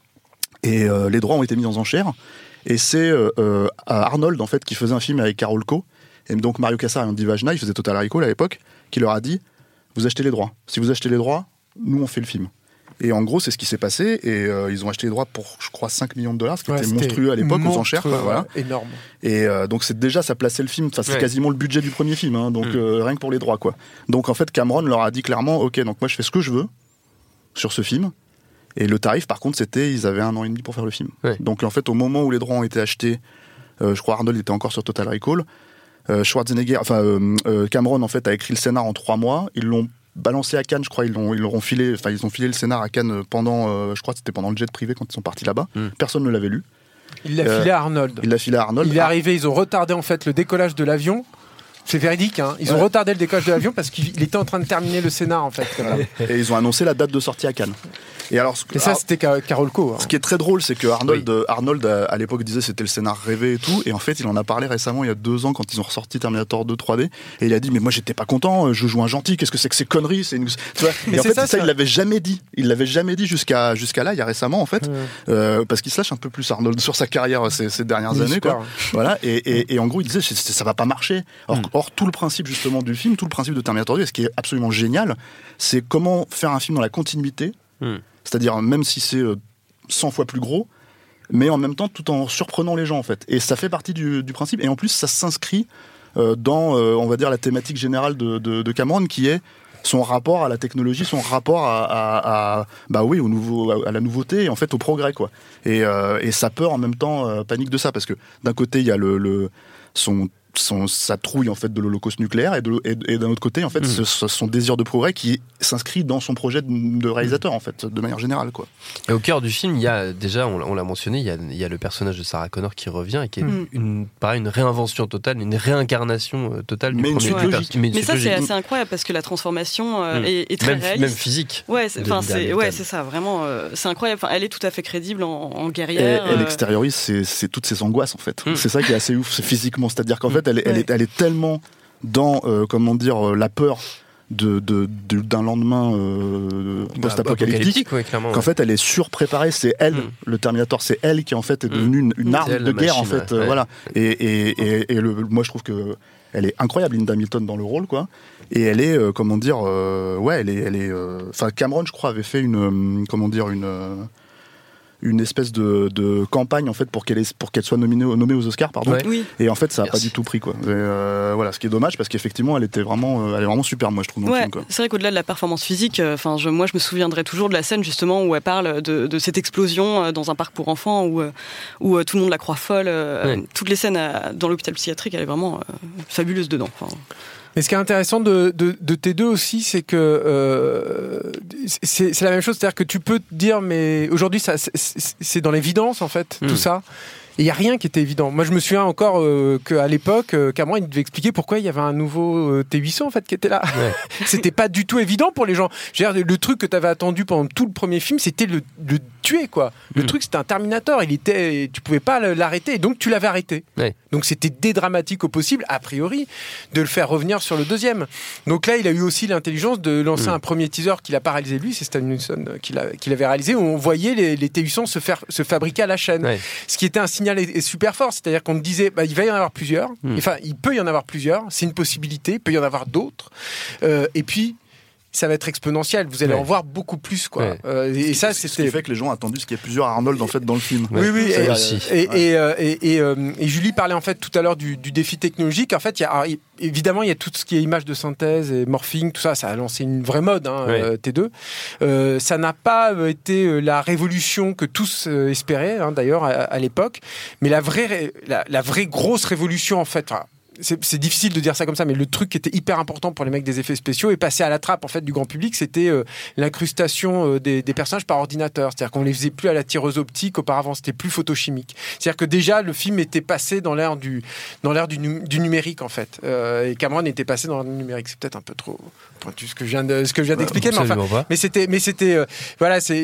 Et euh, les droits ont été mis en enchères. Et c'est euh, Arnold en fait qui faisait un film avec Carol Co. Et donc Mario Kassar et Andy Vajna, il faisait Total Recall à l'époque, qui leur a dit vous achetez les droits. Si vous achetez les droits, nous on fait le film. Et en gros c'est ce qui s'est passé. Et euh, ils ont acheté les droits pour je crois cinq millions de dollars, ce qui ouais, était monstrueux à l'époque aux enchères. Quoi, voilà. Énorme. Et euh, donc c'est déjà ça plaçait le film. Enfin c'est ouais. quasiment le budget du premier film. Hein, donc mm. euh, rien que pour les droits, quoi. Donc en fait Cameron leur a dit clairement ok, donc moi je fais ce que je veux sur ce film. Et le tarif, par contre, c'était, ils avaient un an et demi pour faire le film. Ouais. Donc, en fait, au moment où les droits ont été achetés, euh, je crois Arnold était encore sur Total Recall. Euh, Schwarzenegger, enfin euh, euh, Cameron, en fait, a écrit le scénar en trois mois. Ils l'ont balancé à Cannes, je crois. Ils l'ont, ils l'ont filé, enfin, ils ont filé le scénar à Cannes pendant, euh, je crois, que c'était pendant le jet privé quand ils sont partis là-bas. Mm. Personne ne l'avait lu. Il l'a euh, filé à Arnold. Il l'a filé à Arnold. Il est arrivé, ils ont retardé en fait le décollage de l'avion. C'est véridique, hein. Ils ouais. ont retardé le décollage de l'avion parce qu'il était en train de terminer le scénar, en fait. Voilà. Et ils ont annoncé la date de sortie à Cannes. Et alors, et ça, c'était Carol Co. Hein. Ce qui est très drôle, c'est que Arnold, oui. Arnold à l'époque disait que c'était le scénar rêvé et tout, et en fait, il en a parlé récemment, il y a deux ans, quand ils ont ressorti Terminator deux trois D, et il a dit mais moi j'étais pas content, je joue un gentil, qu'est-ce que c'est que ces conneries, c'est une... tu vois. Et en fait, ça, ça, il l'avait jamais dit, il l'avait jamais dit jusqu'à jusqu'à là, il y a récemment en fait, ouais. euh, parce qu'il se lâche un peu plus Arnold sur sa carrière ces, ces dernières oui, années, super. Quoi. Voilà. Et, et, et en gros, il disait ça va pas marcher. Or, mm. or tout le principe justement du film, tout le principe de Terminator deux, et ce qui est absolument génial, c'est comment faire un film dans la continuité. Mm. C'est-à-dire même si c'est cent fois plus gros, mais en même temps tout en surprenant les gens en fait. Et ça fait partie du, du principe. Et en plus ça s'inscrit euh, dans, euh, on va dire, la thématique générale de, de, de Cameron, qui est son rapport à la technologie, son rapport à, à, à bah oui, au nouveau, à la nouveauté et en fait au progrès, quoi. Et, euh, et sa peur en même temps euh, panique de ça, parce que d'un côté il y a le, le son Son, sa trouille en fait de l'holocauste nucléaire, et, de, et, et d'un autre côté en fait mmh. ce, son désir de progrès qui s'inscrit dans son projet de, de réalisateur en fait, de manière générale, quoi. Et au cœur du film il y a déjà, on, on l'a mentionné, il y, a, il y a le personnage de Sarah Connor qui revient et qui est mmh. une, pareil, une réinvention totale, une réincarnation totale du mais premier une personnage. Mais, mais ça c'est assez incroyable parce que la transformation euh, mmh. est, est très même, réaliste, même physique. Ouais, c'est, c'est, ouais, c'est ça, vraiment euh, c'est incroyable. Enfin, elle est tout à fait crédible en, en guerrière. Elle, elle euh... extériorise c'est, c'est toutes ses angoisses en fait. Mmh. C'est ça qui est assez ouf, c'est physiquement, c'est-à-dire qu'en mmh. fait elle, elle, ouais. est, elle est tellement dans euh, comment dire la peur de, de, de d'un lendemain euh, post-apocalyptique, ouais, qu'en ouais. fait elle est surpréparée. C'est elle, mm. le Terminator, c'est elle qui en fait est devenue une, une arme de guerre, machine, en fait. Ouais. Euh, voilà. Et, et, et, et le, moi je trouve que elle est incroyable, Linda Hamilton, dans le rôle, quoi. Et elle est euh, comment dire, euh, ouais, elle est, elle est. Enfin, euh, Cameron, je crois, avait fait une, euh, comment dire, une. Euh, une espèce de, de campagne en fait pour qu'elle, ait, pour qu'elle soit nominée, nommée aux Oscars, pardon. Ouais. Oui. Et en fait ça n'a Merci. pas du tout pris, quoi. Et euh, voilà, ce qui est dommage parce qu'effectivement elle était vraiment, elle est vraiment super, moi je trouve, dans ouais, le film, quoi. C'est vrai qu'au-delà de la performance physique, enfin je, moi je me souviendrai toujours de la scène justement où elle parle de, de cette explosion dans un parc pour enfants où, où tout le monde la croit folle. Ouais. Toutes les scènes dans l'hôpital psychiatrique, elle est vraiment fabuleuse dedans. Enfin, mais ce qui est intéressant de, de, de T deux aussi, c'est que euh, c'est, c'est la même chose, c'est-à-dire que tu peux te dire, mais aujourd'hui, ça, c'est, c'est dans l'évidence, en fait, mmh. tout ça. il y a rien qui était évident. Moi, je me souviens encore euh, qu'à l'époque, euh, Cameron il devait expliquer pourquoi il y avait un nouveau euh, T huit cents en fait qui était là. Ouais. C'était pas du tout évident pour les gens. Je veux dire, le truc que tu avais attendu pendant tout le premier film, c'était le, le tuer quoi. Le mmh. truc, c'était un Terminator. Il était, tu pouvais pas l'arrêter, et donc tu l'avais arrêté. Ouais. Donc c'était dédramatique au possible, a priori, de le faire revenir sur le deuxième. Donc là, il a eu aussi l'intelligence de lancer mmh. un premier teaser qu'il a pas réalisé lui, c'est Stan Winston qui l'a, qui l'avait réalisé, où on voyait les, les T huit cents se faire se fabriquer à la chaîne. Ouais. Ce qui était un signal est, est super fort, c'est-à-dire qu'on te disait, bah, il va y en avoir plusieurs. Mmh. Enfin, il peut y en avoir plusieurs. C'est une possibilité. Il peut y en avoir d'autres. Euh, et puis. Ça va être exponentiel, vous allez ouais. en voir beaucoup plus quoi. Ouais. Euh, et ça, c'est ce qui fait que les gens ont attendu, ce qu'il y a plusieurs Arnold en fait dans le film. Ouais. Oui, oui. Et, aussi. Et, ouais. et, euh, et, et, euh, et Julie parlait en fait tout à l'heure du, du défi technologique. En fait, il y a, alors, évidemment, il y a tout ce qui est images de synthèse et morphing, tout ça. Ça a lancé une vraie mode, hein, ouais. euh, T deux. Euh, ça n'a pas été la révolution que tous euh, espéraient, hein, d'ailleurs, à, à l'époque. Mais la vraie, la, la vraie grosse révolution en fait. Enfin, C'est, c'est difficile de dire ça comme ça, mais le truc qui était hyper important pour les mecs des effets spéciaux et passé à la trappe en fait du grand public, c'était euh, l'incrustation euh, des, des personnages par ordinateur. C'est-à-dire qu'on les faisait plus à la tireuse optique auparavant, c'était plus photochimique. C'est-à-dire que déjà le film était passé dans l'ère du dans l'ère du, nu- du numérique en fait. Euh, et Cameron était passé dans le numérique. C'est peut-être un peu trop pointu ce que je viens de, ce que je viens d'expliquer, ouais, mais enfin, mais c'était mais c'était euh, voilà c'est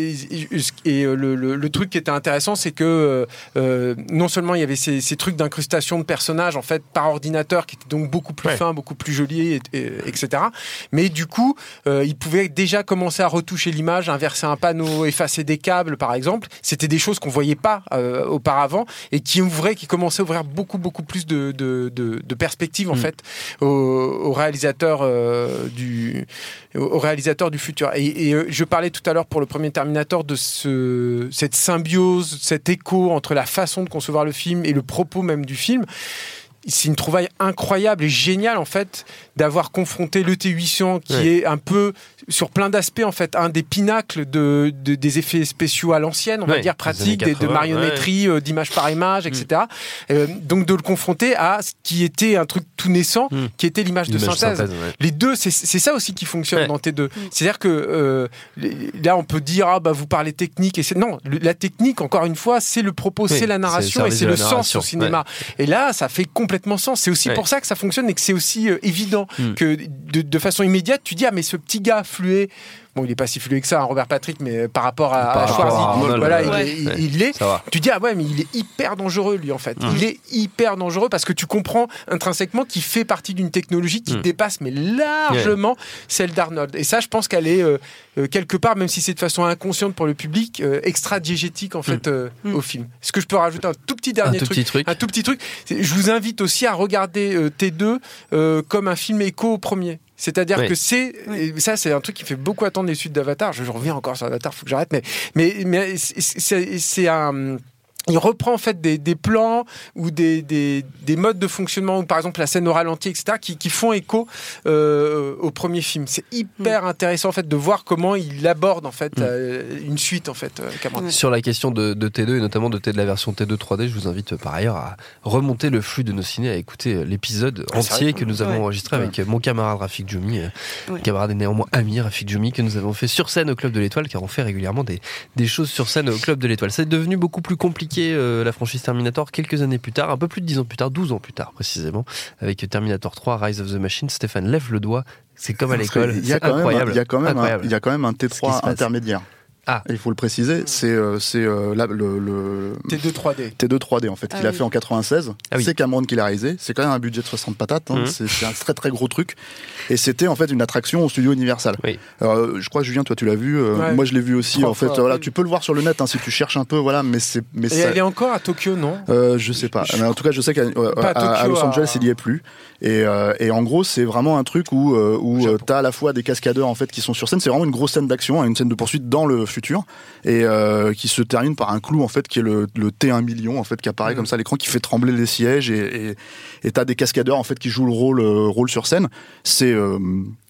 et euh, le, le, le truc qui était intéressant, c'est que euh, non seulement il y avait ces, ces trucs d'incrustation de personnages en fait par ordinateur qui était donc beaucoup plus ouais. fin, beaucoup plus joli, et, et, etc. Mais du coup, euh, il pouvait déjà commencer à retoucher l'image, inverser un panneau, effacer des câbles, par exemple. C'était des choses qu'on voyait pas euh, auparavant et qui ouvraient, qui commençaient à ouvrir beaucoup, beaucoup plus de, de, de, de perspectives en mmh. fait aux, aux réalisateurs euh, du, aux réalisateurs du futur. Et, et euh, je parlais tout à l'heure pour le premier Terminator de ce, cette symbiose, cet écho entre la façon de concevoir le film et le propos même du film. C'est une trouvaille incroyable et géniale en fait d'avoir confronté le T huit cents qui ouais. est un peu sur plein d'aspects en fait un des pinacles de, de des effets spéciaux à l'ancienne, on ouais. va dire pratiques, des, de marionnetterie, ouais. euh, d'image par image, et cetera. Mm. Euh, donc de le confronter à ce qui était un truc tout naissant, mm. qui était l'image, l'image de synthèse. synthèse ouais. Les deux, c'est, c'est ça aussi qui fonctionne ouais. dans T deux. Mm. C'est-à-dire que euh, là on peut dire ah bah vous parlez technique et c'est non, la technique encore une fois c'est le propos, oui. c'est la narration c'est et c'est le sens au cinéma. Ouais. Et là ça fait complètement sens. C'est aussi ouais. pour ça que ça fonctionne et que c'est aussi euh, évident mm. que de, de façon immédiate, tu dis ah mais ce petit gars fluet, bon il est pas si fluet que ça, hein, Robert Patrick, mais par rapport à, à Schwarzy, voilà, il, ouais. il, il, il l'est. Tu dis ah ouais mais il est hyper dangereux lui en fait. Mm. Il est hyper dangereux parce que tu comprends intrinsèquement qu'il fait partie d'une technologie qui mm. dépasse mais largement yeah. celle d'Arnold. Et ça je pense qu'elle est euh, euh, quelque part, même si c'est de façon inconsciente pour le public, euh, extra diégétique en fait mm. euh, mm. au film. Est-ce que je peux rajouter un tout petit dernier un tout truc, petit truc, un tout petit truc. Je vous invite aussi à regarder euh, T deux euh, comme un film écho au premier. C'est-à-dire oui. que c'est oui. ça, c'est un truc qui fait beaucoup attendre les suites d'Avatar. Je, je reviens encore sur Avatar, faut que j'arrête. Mais mais mais c'est, c'est, c'est un il reprend en fait des, des plans ou des, des, des modes de fonctionnement, ou par exemple la scène au ralenti, et cetera, qui, qui font écho euh, au premier film. C'est hyper mmh. intéressant en fait de voir comment il aborde en fait mmh. euh, une suite en fait. Euh, Cameron. Sur la question de, de T deux et notamment de, de la version T deux trois D, je vous invite par ailleurs à remonter le flux de nos ciné, à écouter l'épisode ah, entier que nous avons ouais. enregistré ouais. avec mon camarade Rafik Djoumi, ouais. camarade et néanmoins ami Rafik Djoumi, que nous avons fait sur scène au Club de l'Étoile, car on fait régulièrement des, des choses sur scène au Club de l'Étoile. C'est devenu beaucoup plus compliqué Euh, la franchise Terminator quelques années plus tard, un peu plus de dix ans plus tard, douze ans plus tard précisément, avec Terminator trois, Rise of the Machine. Stéphane lève le doigt, c'est comme à l'école, il y a c'est incroyable. Il y a quand même un, il y a quand même un T trois intermédiaire. Ah. Il faut le préciser, c'est euh, c'est euh, là, le, le T deux trois D. T deux trois D en fait, ah qu'il oui. a fait en quatre-vingt-seize. Ah oui. C'est Cameron qui l'a réalisé. C'est quand même un budget de soixante patates. Hein. Mmh. C'est, c'est un très très gros truc. Et c'était en fait une attraction au studio Universal. Oui. Alors, je crois que Julien, toi tu l'as vu. Euh, ouais. Moi je l'ai vu aussi. Trois en fait, voilà, tu peux le voir sur le net hein, si tu cherches un peu. Voilà, mais c'est. Mais Et ça... elle est encore à Tokyo, non euh, Je sais pas. Je... Mais en tout cas, je sais qu'à euh, à, Tokyo, à Los Angeles, à... il y est plus. Et, euh, et en gros, c'est vraiment un truc où euh, où euh, t'as à la fois des cascadeurs en fait qui sont sur scène. C'est vraiment une grosse scène d'action, hein, une scène de poursuite dans le futur. Et Et euh, qui se termine par un clou en fait qui est le, le T un million en fait qui apparaît mmh. comme ça à l'écran, qui fait trembler les sièges et et, et t'as des cascadeurs en fait qui jouent le rôle euh, rôle sur scène. C'est euh,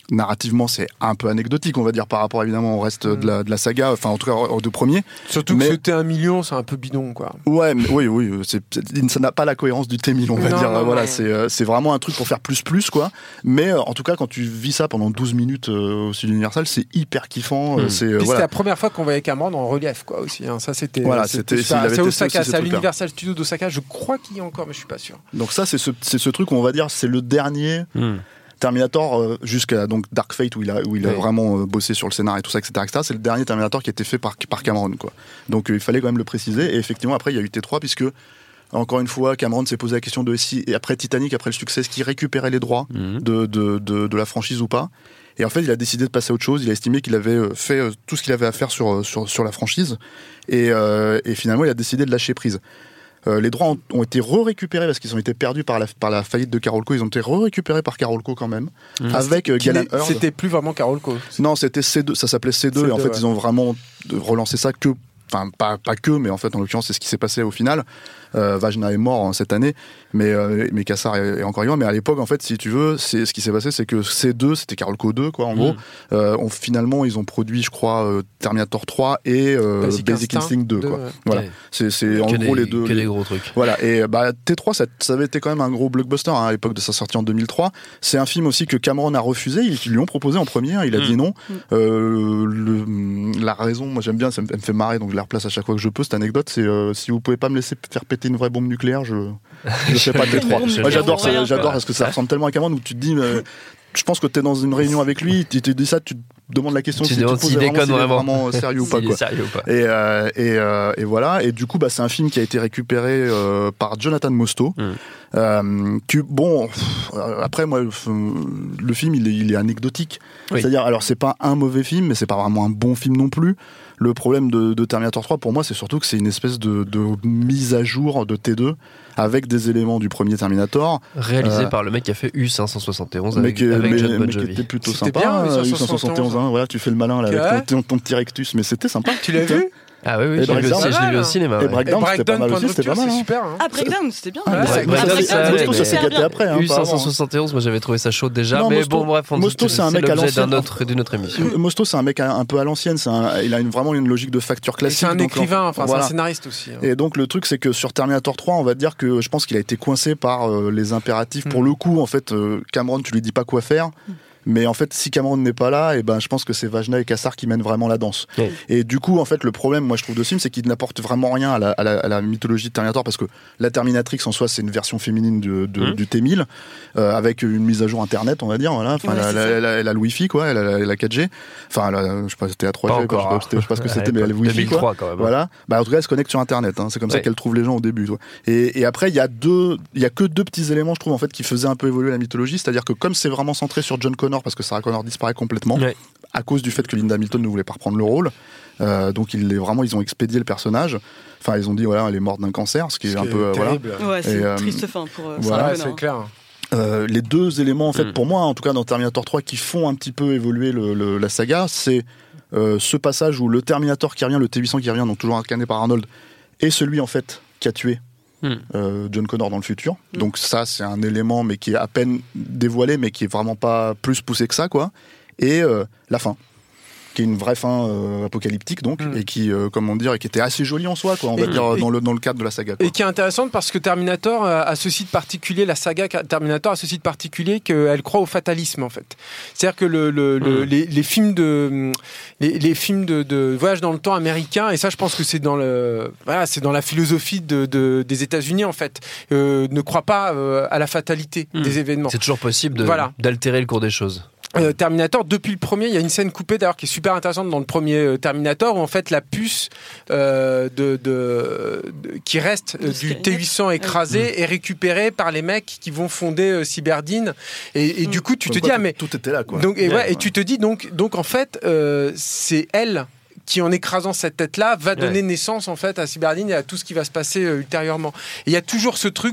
narrativement, c'est un peu anecdotique, on va dire, par rapport évidemment au reste mmh. de, la, de la saga, enfin en tout cas aux deux premiers. Surtout mais... que ce T un million, c'est un peu bidon, quoi. Ouais, mais, oui, oui, c'est, c'est, ça n'a pas la cohérence du T mille, on va non, dire. Non, voilà, ouais. c'est, c'est vraiment un truc pour faire plus plus, quoi. Mais en tout cas, quand tu vis ça pendant douze minutes euh, au Studio Universal, c'est hyper kiffant. Mmh. C'est, euh, voilà. C'était la première fois qu'on voyait Cameron en relief, quoi, aussi. Hein. Ça, c'était. Voilà, c'était. c'était c'est, c'est à Osaka, c'est à l'Universal Studios d'Osaka. Je crois qu'il y a encore, mais je suis pas sûr. Donc ça, c'est ce, c'est ce truc où on va dire, c'est le dernier. Mmh. Terminator euh, jusqu'à donc Dark Fate où il a où il a oui. vraiment euh, bossé sur le scénario et tout ça, et cetera, et cetera. C'est le dernier Terminator qui a été fait par par Cameron, quoi. Donc euh, il fallait quand même le préciser. Et effectivement après il y a eu T trois puisque encore une fois Cameron s'est posé la question de si et après Titanic, après le succès, est-ce qu'il récupérait les droits mmh. de, de de de la franchise ou pas. Et en fait il a décidé de passer à autre chose. Il a estimé qu'il avait fait euh, tout ce qu'il avait à faire sur sur sur la franchise et euh, et finalement il a décidé de lâcher prise. Euh, les droits ont, ont été re-récupérés parce qu'ils ont été perdus par la, par la faillite de Carolco. Ils ont été re-récupérés par Carolco quand même. Mmh. Avec euh, Galen Hurd. C'était plus vraiment Carolco. Non, c'était C deux. Ça s'appelait C deux. C deux et en fait, ouais. ils ont vraiment relancé ça que. Enfin, pas, pas que, mais en fait, en l'occurrence, c'est ce qui s'est passé au final. Euh, Vajna est mort hein, cette année, mais, euh, mais Kassar est, est encore vivant. Mais à l'époque, en fait, si tu veux, c'est, ce qui s'est passé, c'est que C deux, c'était Carolco deux, quoi, en mmh. gros. Euh, on, finalement, ils ont produit, je crois, euh, Terminator trois et euh, Basic, Basic Instinct, Instinct deux, quoi. Ouais. Voilà. Ouais. C'est, c'est en quel gros est, les deux. Quel les... est gros trucs. Voilà. Et bah, T trois, ça, ça avait été quand même un gros blockbuster hein, à l'époque de sa sortie en deux mille trois. C'est un film aussi que Cameron a refusé. Ils, ils lui ont proposé en première. Il a mmh. dit non. Mmh. Euh, le, la raison, moi j'aime bien, ça me, elle me fait marrer, donc je la replace à chaque fois que je peux. Cette anecdote, c'est euh, si vous pouvez pas me laisser faire péter une vraie bombe nucléaire, je je sais pas T trois. Moi j'adore ça, rien, j'adore parce que ça ressemble tellement à Cameron où tu te dis euh, je pense que t'es dans une réunion avec lui, tu te dis ça, tu te demandes la question tu si tu poses si vraiment, vraiment, vraiment sérieux ou pas quoi. Sérieux ou pas. Et euh, et euh, et voilà, et du coup bah c'est un film qui a été récupéré euh, par Jonathan Mostow. Mm. Euh, qui, bon pff, après moi le film il est, il est anecdotique. Oui. C'est-à-dire alors c'est pas un mauvais film mais c'est pas vraiment un bon film non plus. Le problème de, de Terminator trois, pour moi, c'est surtout que c'est une espèce de, de mise à jour de T deux avec des éléments du premier Terminator. Réalisé euh, par le mec qui a fait U cinq cent soixante et onze avec, mais, avec mais, John Bon Jovi. Mais qui était plutôt c'était sympa, bien, U cinq cent soixante et onze. Hein, voilà, tu fais le malin là, avec ton, ton, ton petit rectus, mais c'était sympa. Tu l'as vu ? Ah oui, oui, je l'ai vu, aussi, je l'ai vu au cinéma. Et Breakdown, ouais. c'était pas mal aussi, c'était pas mal. C'est super, hein. Ah, Breakdown, c'était bien. Ah, ouais, Breakdown, Mostow, ça s'est gâté après. Hein, U cinq cent soixante et onze, moi j'avais trouvé ça chaud déjà, non, mais Mostow, bon, bref, on Mostow, c'est un mec à l'ancienne. D'un autre, d'une autre émission. Mostow, c'est un mec un peu à l'ancienne, c'est un, il a une, vraiment une logique de facture classique. C'est un donc, écrivain, enfin, voilà. C'est un scénariste aussi. Hein. Et donc, le truc, c'est que sur Terminator trois, on va dire que je pense qu'il a été coincé par euh, les impératifs. Mm. Pour le coup, en fait, euh, Cameron, tu lui dis pas quoi faire. Mm. Mais en fait, si Cameron n'est pas là, et ben, je pense que c'est Vajna et Kassar qui mènent vraiment la danse. Oui. Et du coup, en fait, le problème, moi, je trouve de ce film, c'est qu'il n'apporte vraiment rien à la, à la, à la mythologie de Terminator, parce que la Terminatrix, en soi, c'est une version féminine de, de, mmh. du T mille, euh, avec une mise à jour Internet, on va dire, voilà. Enfin, ouais, elle, a, elle, a, elle a le Wi-Fi, quoi, elle a la quatre G. Enfin, elle a, je sais pas, c'était la trois G, quoi, je, sais pas, je sais pas ce que c'était, mais elle a le Wi-Fi, quoi. Quand même. Voilà. Bah, en tout cas, elle se connecte sur Internet, hein. C'est comme ouais. ça qu'elle trouve les gens au début, quoi. Et, et après, il y a deux, il y a que deux petits éléments, je trouve, en fait, qui faisaient un peu évoluer la mythologie, c'est-à-dire que comme c'est vraiment centré sur John Connor, parce que Sarah Connor disparaît complètement ouais. à cause du fait que Linda Hamilton ne voulait pas reprendre le rôle. Euh, donc ils, vraiment ils ont expédié le personnage. Enfin ils ont dit voilà elle est morte d'un cancer, ce qui ce est un peu euh, voilà. Ouais, c'est une triste fin pour euh, voilà, Sarah Connor. C'est clair. Euh, les deux éléments en fait mm. pour moi en tout cas dans Terminator trois qui font un petit peu évoluer le, le, la saga, c'est euh, ce passage où le Terminator qui revient, le T huit cents qui revient, donc toujours incarné par Arnold, est celui en fait qui a tué Mm. Euh, John Connor dans le futur. Mm. Donc ça c'est un élément mais qui est à peine dévoilé mais qui est vraiment pas plus poussé que ça quoi. Et euh, la fin qui est une vraie fin euh, apocalyptique donc mm. et qui euh, comment dire et qui était assez jolie en soi quoi on va et, dire et, dans le dans le cadre de la saga quoi. Et qui est intéressante parce que Terminator a ceci de particulier, la saga Terminator a ceci de particulier qu'elle croit au fatalisme en fait. C'est-à-dire que le, le, mm. le les, les films de les, les films de, de voyage dans le temps américains, et ça je pense que c'est dans le voilà c'est dans la philosophie de, de des États-Unis en fait, euh, ne croient pas euh, à la fatalité mm. des événements. C'est toujours possible de, voilà. d'altérer le cours des choses. Euh, Terminator, depuis le premier, il y a une scène coupée d'ailleurs qui est super intéressante dans le premier euh, Terminator où en fait la puce euh, de, de, de qui reste euh, du T huit cents écrasé mmh. est récupérée par les mecs qui vont fonder euh, Cyberdine et, et mmh. du coup tu Comme te quoi, dis ah mais tout était là quoi. Donc et, ouais, ouais. et tu te dis donc donc en fait euh, c'est elle qui en écrasant cette tête-là va donner ouais. naissance en fait à Cyberdine et à tout ce qui va se passer euh, ultérieurement. Et il y a toujours ce truc de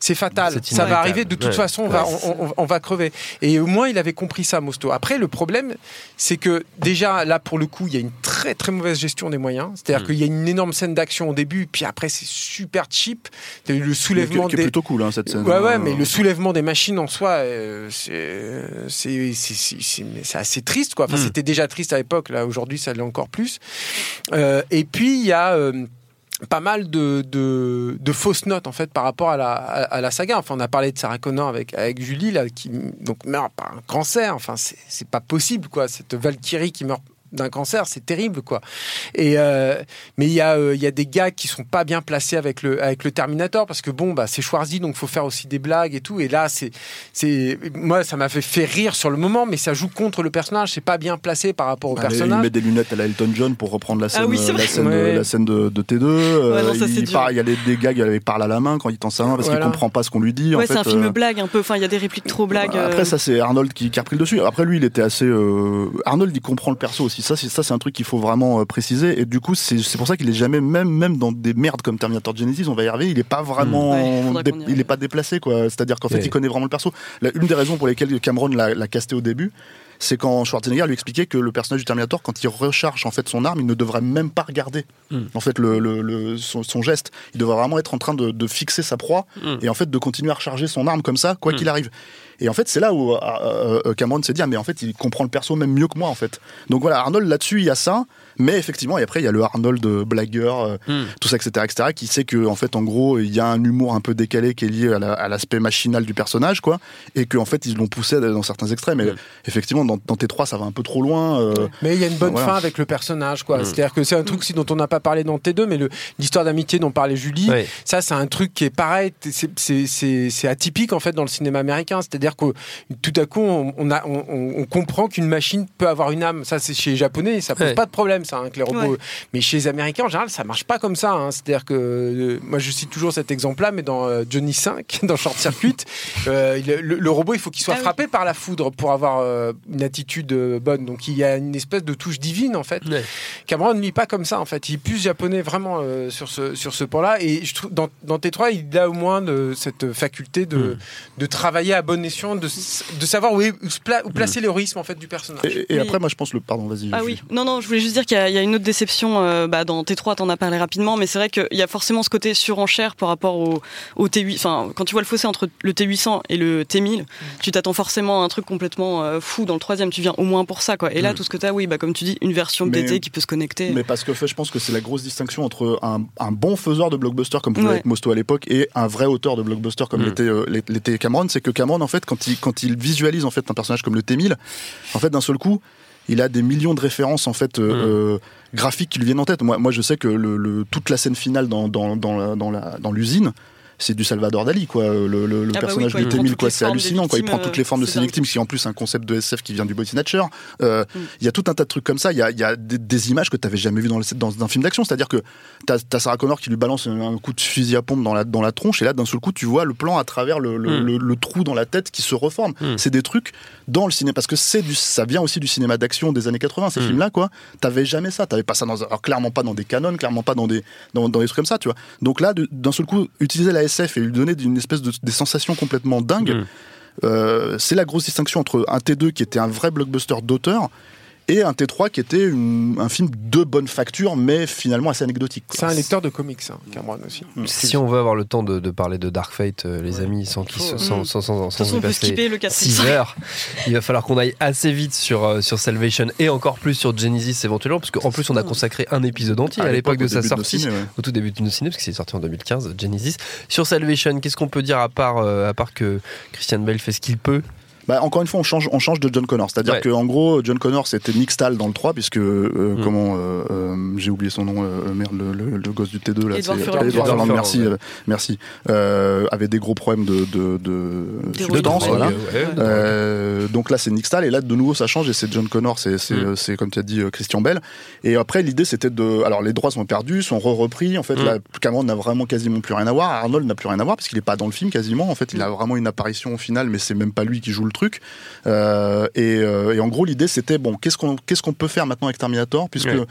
c'est fatal. C'est ça va arriver de toute ouais. façon, on va, on, on, on va crever. Et au moins, il avait compris ça, Mosto. Après, le problème, c'est que déjà, là, pour le coup, il y a une très très mauvaise gestion des moyens. C'est-à-dire mmh. qu'il y a une énorme scène d'action au début, puis après, c'est super cheap. T'as eu le soulèvement qui, qui des... est plutôt cool, hein, cette scène. Ouais, ouais, mais le soulèvement des machines en soi, euh, c'est, c'est, c'est, c'est, c'est, c'est assez triste, quoi. Enfin, mmh. c'était déjà triste à l'époque. Là, aujourd'hui, ça l'est encore plus. Euh, et puis, il y a... Euh, pas mal de, de, de fausses notes en fait par rapport à la, à, à la saga. Enfin, on a parlé de Sarah Connor avec, avec Julie là, qui donc meurt par un cancer. Enfin, c'est, c'est pas possible quoi. Cette Valkyrie qui meurt d'un cancer, c'est terrible quoi. Et euh, mais il y a il euh, y a des gars qui sont pas bien placés avec le avec le Terminator parce que bon bah c'est Schwarzy donc faut faire aussi des blagues et tout. Et là c'est c'est moi ça m'a fait fait rire sur le moment, mais ça joue contre le personnage. C'est pas bien placé par rapport au bah, personnage. Il met des lunettes à la Elton John pour reprendre la scène, ah oui, la scène, ouais. de, la scène de, de T deux. Ouais, non, ça, il part, il y a les, des gars qui parlent à la main quand il tend sa main parce voilà. qu'il comprend pas ce qu'on lui dit. Ouais, en c'est fait, un film euh... blague un peu. Enfin, il y a des répliques trop blagues. Après ça c'est Arnold qui, qui a repris le dessus. Après lui il était assez. Euh... Arnold il comprend le perso aussi. Ça c'est ça c'est un truc qu'il faut vraiment préciser, et du coup c'est, c'est pour ça qu'il est jamais, même, même dans des merdes comme Terminator Genesis, on va y arriver, il est pas vraiment ouais, dé, il est pas déplacé quoi, c'est-à-dire qu'en fait ouais. il connaît vraiment le perso. La, une des raisons pour lesquelles Cameron l'a, l'a casté au début, c'est quand Schwarzenegger lui expliquait que le personnage du Terminator, quand il recharge en fait son arme, il ne devrait même pas regarder mm. en fait le, le, le son, son geste, il devrait vraiment être en train de, de fixer sa proie mm. et en fait de continuer à recharger son arme comme ça quoi mm. qu'il arrive. Et en fait, c'est là où euh, Cameron s'est dit ah, mais en fait, il comprend le perso même mieux que moi en fait. Donc voilà, Arnold là-dessus, il y a ça, mais effectivement, et après il y a le Arnold blagueur, euh, mm. tout ça, et cetera, et cetera, qui sait que en fait, en gros, il y a un humour un peu décalé qui est lié à, la, à l'aspect machinal du personnage, quoi, et qu'en fait, ils l'ont poussé dans certains extrêmes. Et mm. effectivement, dans, dans T trois, ça va un peu trop loin. Euh, mais il y a une bonne voilà. fin avec le personnage, quoi. Mm. C'est-à-dire que c'est un truc aussi dont on n'a pas parlé dans T deux, mais le, l'histoire d'amitié dont parlait Julie, oui. ça, c'est un truc qui est pareil. C'est, c'est, c'est, c'est atypique en fait dans le cinéma américain. C'est-à-dire que tout à coup, on, on, a, on, on comprend qu'une machine peut avoir une âme. Ça, c'est chez les Japonais, ça pose ouais. pas de problème, ça, hein, que les robots. Ouais. Mais chez les Américains, en général, ça marche pas comme ça. Hein. C'est-à-dire que, euh, moi, je cite toujours cet exemple-là, mais dans euh, Johnny cinq, dans Short Circuit, euh, le, le robot, il faut qu'il soit ah, frappé oui. par la foudre pour avoir euh, une attitude euh, bonne. Donc, il y a une espèce de touche divine, en fait. Ouais. Cameron ne lit pas comme ça, en fait. Il est plus japonais, vraiment, euh, sur ce, sur ce point-là. Et je trouve, dans, dans T trois, il a au moins de, cette faculté de, mmh. de travailler à bon escient, de de savoir où, est, où, pla- où placer mmh. l'héroïsme en fait du personnage. Et, et oui. après, moi, je pense le pardon, vas-y. Ah oui, non, non, je voulais juste dire qu'il y a, il y a une autre déception. Euh, bah, dans T trois, t'en as parlé rapidement, mais c'est vrai qu'il y a forcément ce côté surenchère par rapport au, au T huit. Enfin, quand tu vois le fossé entre le T huit cents et le T mille, mmh. tu t'attends forcément à un truc complètement euh, fou. Dans le troisième, tu viens au moins pour ça, quoi. Et là, mmh. tout ce que t'as, oui, bah comme tu dis, une version mais, B T qui peut se connecter. Mais parce que fait, je pense que c'est la grosse distinction entre un, un bon faiseur de blockbuster comme pouvait ouais. être Mosto à l'époque et un vrai auteur de blockbuster comme mmh. l'était, euh, l'était Cameron, c'est que Cameron, en fait, quand il quand il visualise en fait un personnage comme le T mille, en fait, d'un seul coup, il a des millions de références en fait euh, mmh. euh, graphiques qui lui viennent en tête. Moi, moi, je sais que le, le, toute la scène finale dans dans dans, la, dans, la, dans l'usine, c'est du Salvador Dali, quoi. Le, le, le ah personnage bah oui, quoi, du T mille, quoi, c'est hallucinant, quoi. Il prend toutes les formes de ses victimes, ce qui est en plus un concept de S F qui vient du Body Snatcher. Euh, il mm. y a tout un tas de trucs comme ça. Il y a, y a des, des images que tu n'avais jamais vues dans, dans, dans un film d'action. C'est-à-dire que tu as Sarah Connor qui lui balance un coup de fusil à pompe dans la, dans la tronche, et là, d'un seul coup, tu vois le plan à travers le, le, mm. le, le trou dans la tête qui se reforme. Mm. C'est des trucs dans le cinéma, parce que c'est du, ça vient aussi du cinéma d'action des années quatre-vingts, ces mm. films-là, quoi. T'avais jamais ça. T'avais pas ça dans, alors clairement pas dans des canons, clairement pas dans des, dans, dans des trucs comme ça, tu vois. Donc là, de, d'un seul coup, utiliser la S F et lui donner une espèce de des sensations complètement dingues. Mmh. Euh, c'est la grosse distinction entre un T deux qui était un vrai blockbuster d'auteur et un T trois qui était une, un film de bonne facture mais finalement assez anecdotique, quoi. C'est un lecteur de comics, hein, Cameron aussi. Mmh. Si on veut avoir le temps de, de parler de Dark Fate, euh, les ouais. amis, sans qu'ils sans, sans, sans, sans, sans, sans y passer six heures, il va falloir qu'on aille assez vite sur, euh, sur Salvation et encore plus sur Genesis éventuellement, parce qu'en plus on a consacré un épisode entier à, à l'époque, l'époque de sa sortie, de ciné, ouais. au tout début de nos ciné, parce qu'il est sorti en deux mille quinze, Genesis. Sur Salvation, qu'est-ce qu'on peut dire à part, euh, à part que Christian Bale fait ce qu'il peut? Bah, encore une fois, on change, on change de John Connor. C'est-à-dire ouais. qu'en gros, John Connor, c'était Nick Stahl dans le trois, puisque, euh, mm. comment, euh, euh, j'ai oublié son nom, euh, merde, le, le, le gosse du T deux, là. Edward c'est Furlong. Edward Furlong, merci, ouais. euh, merci. Euh, avait des gros problèmes de, de, de, de, de danse, voilà. Ouais, ouais, euh, donc là, c'est Nick Stahl, et là, de nouveau, ça change, et c'est John Connor, c'est, c'est, mm. c'est comme tu as dit, Christian Bale. Et après, l'idée, c'était de, alors, les droits sont perdus, sont re-repris. En fait, mm. là, Cameron n'a vraiment quasiment plus rien à voir. Arnold n'a plus rien à voir, parce qu'il est pas dans le film, quasiment. En fait, il a vraiment une apparition au final, mais c'est même pas lui qui joue le truc. Euh, et, euh, et en gros l'idée c'était bon, qu'est-ce qu'on qu'est-ce qu'on peut faire maintenant avec Terminator, puisque ouais.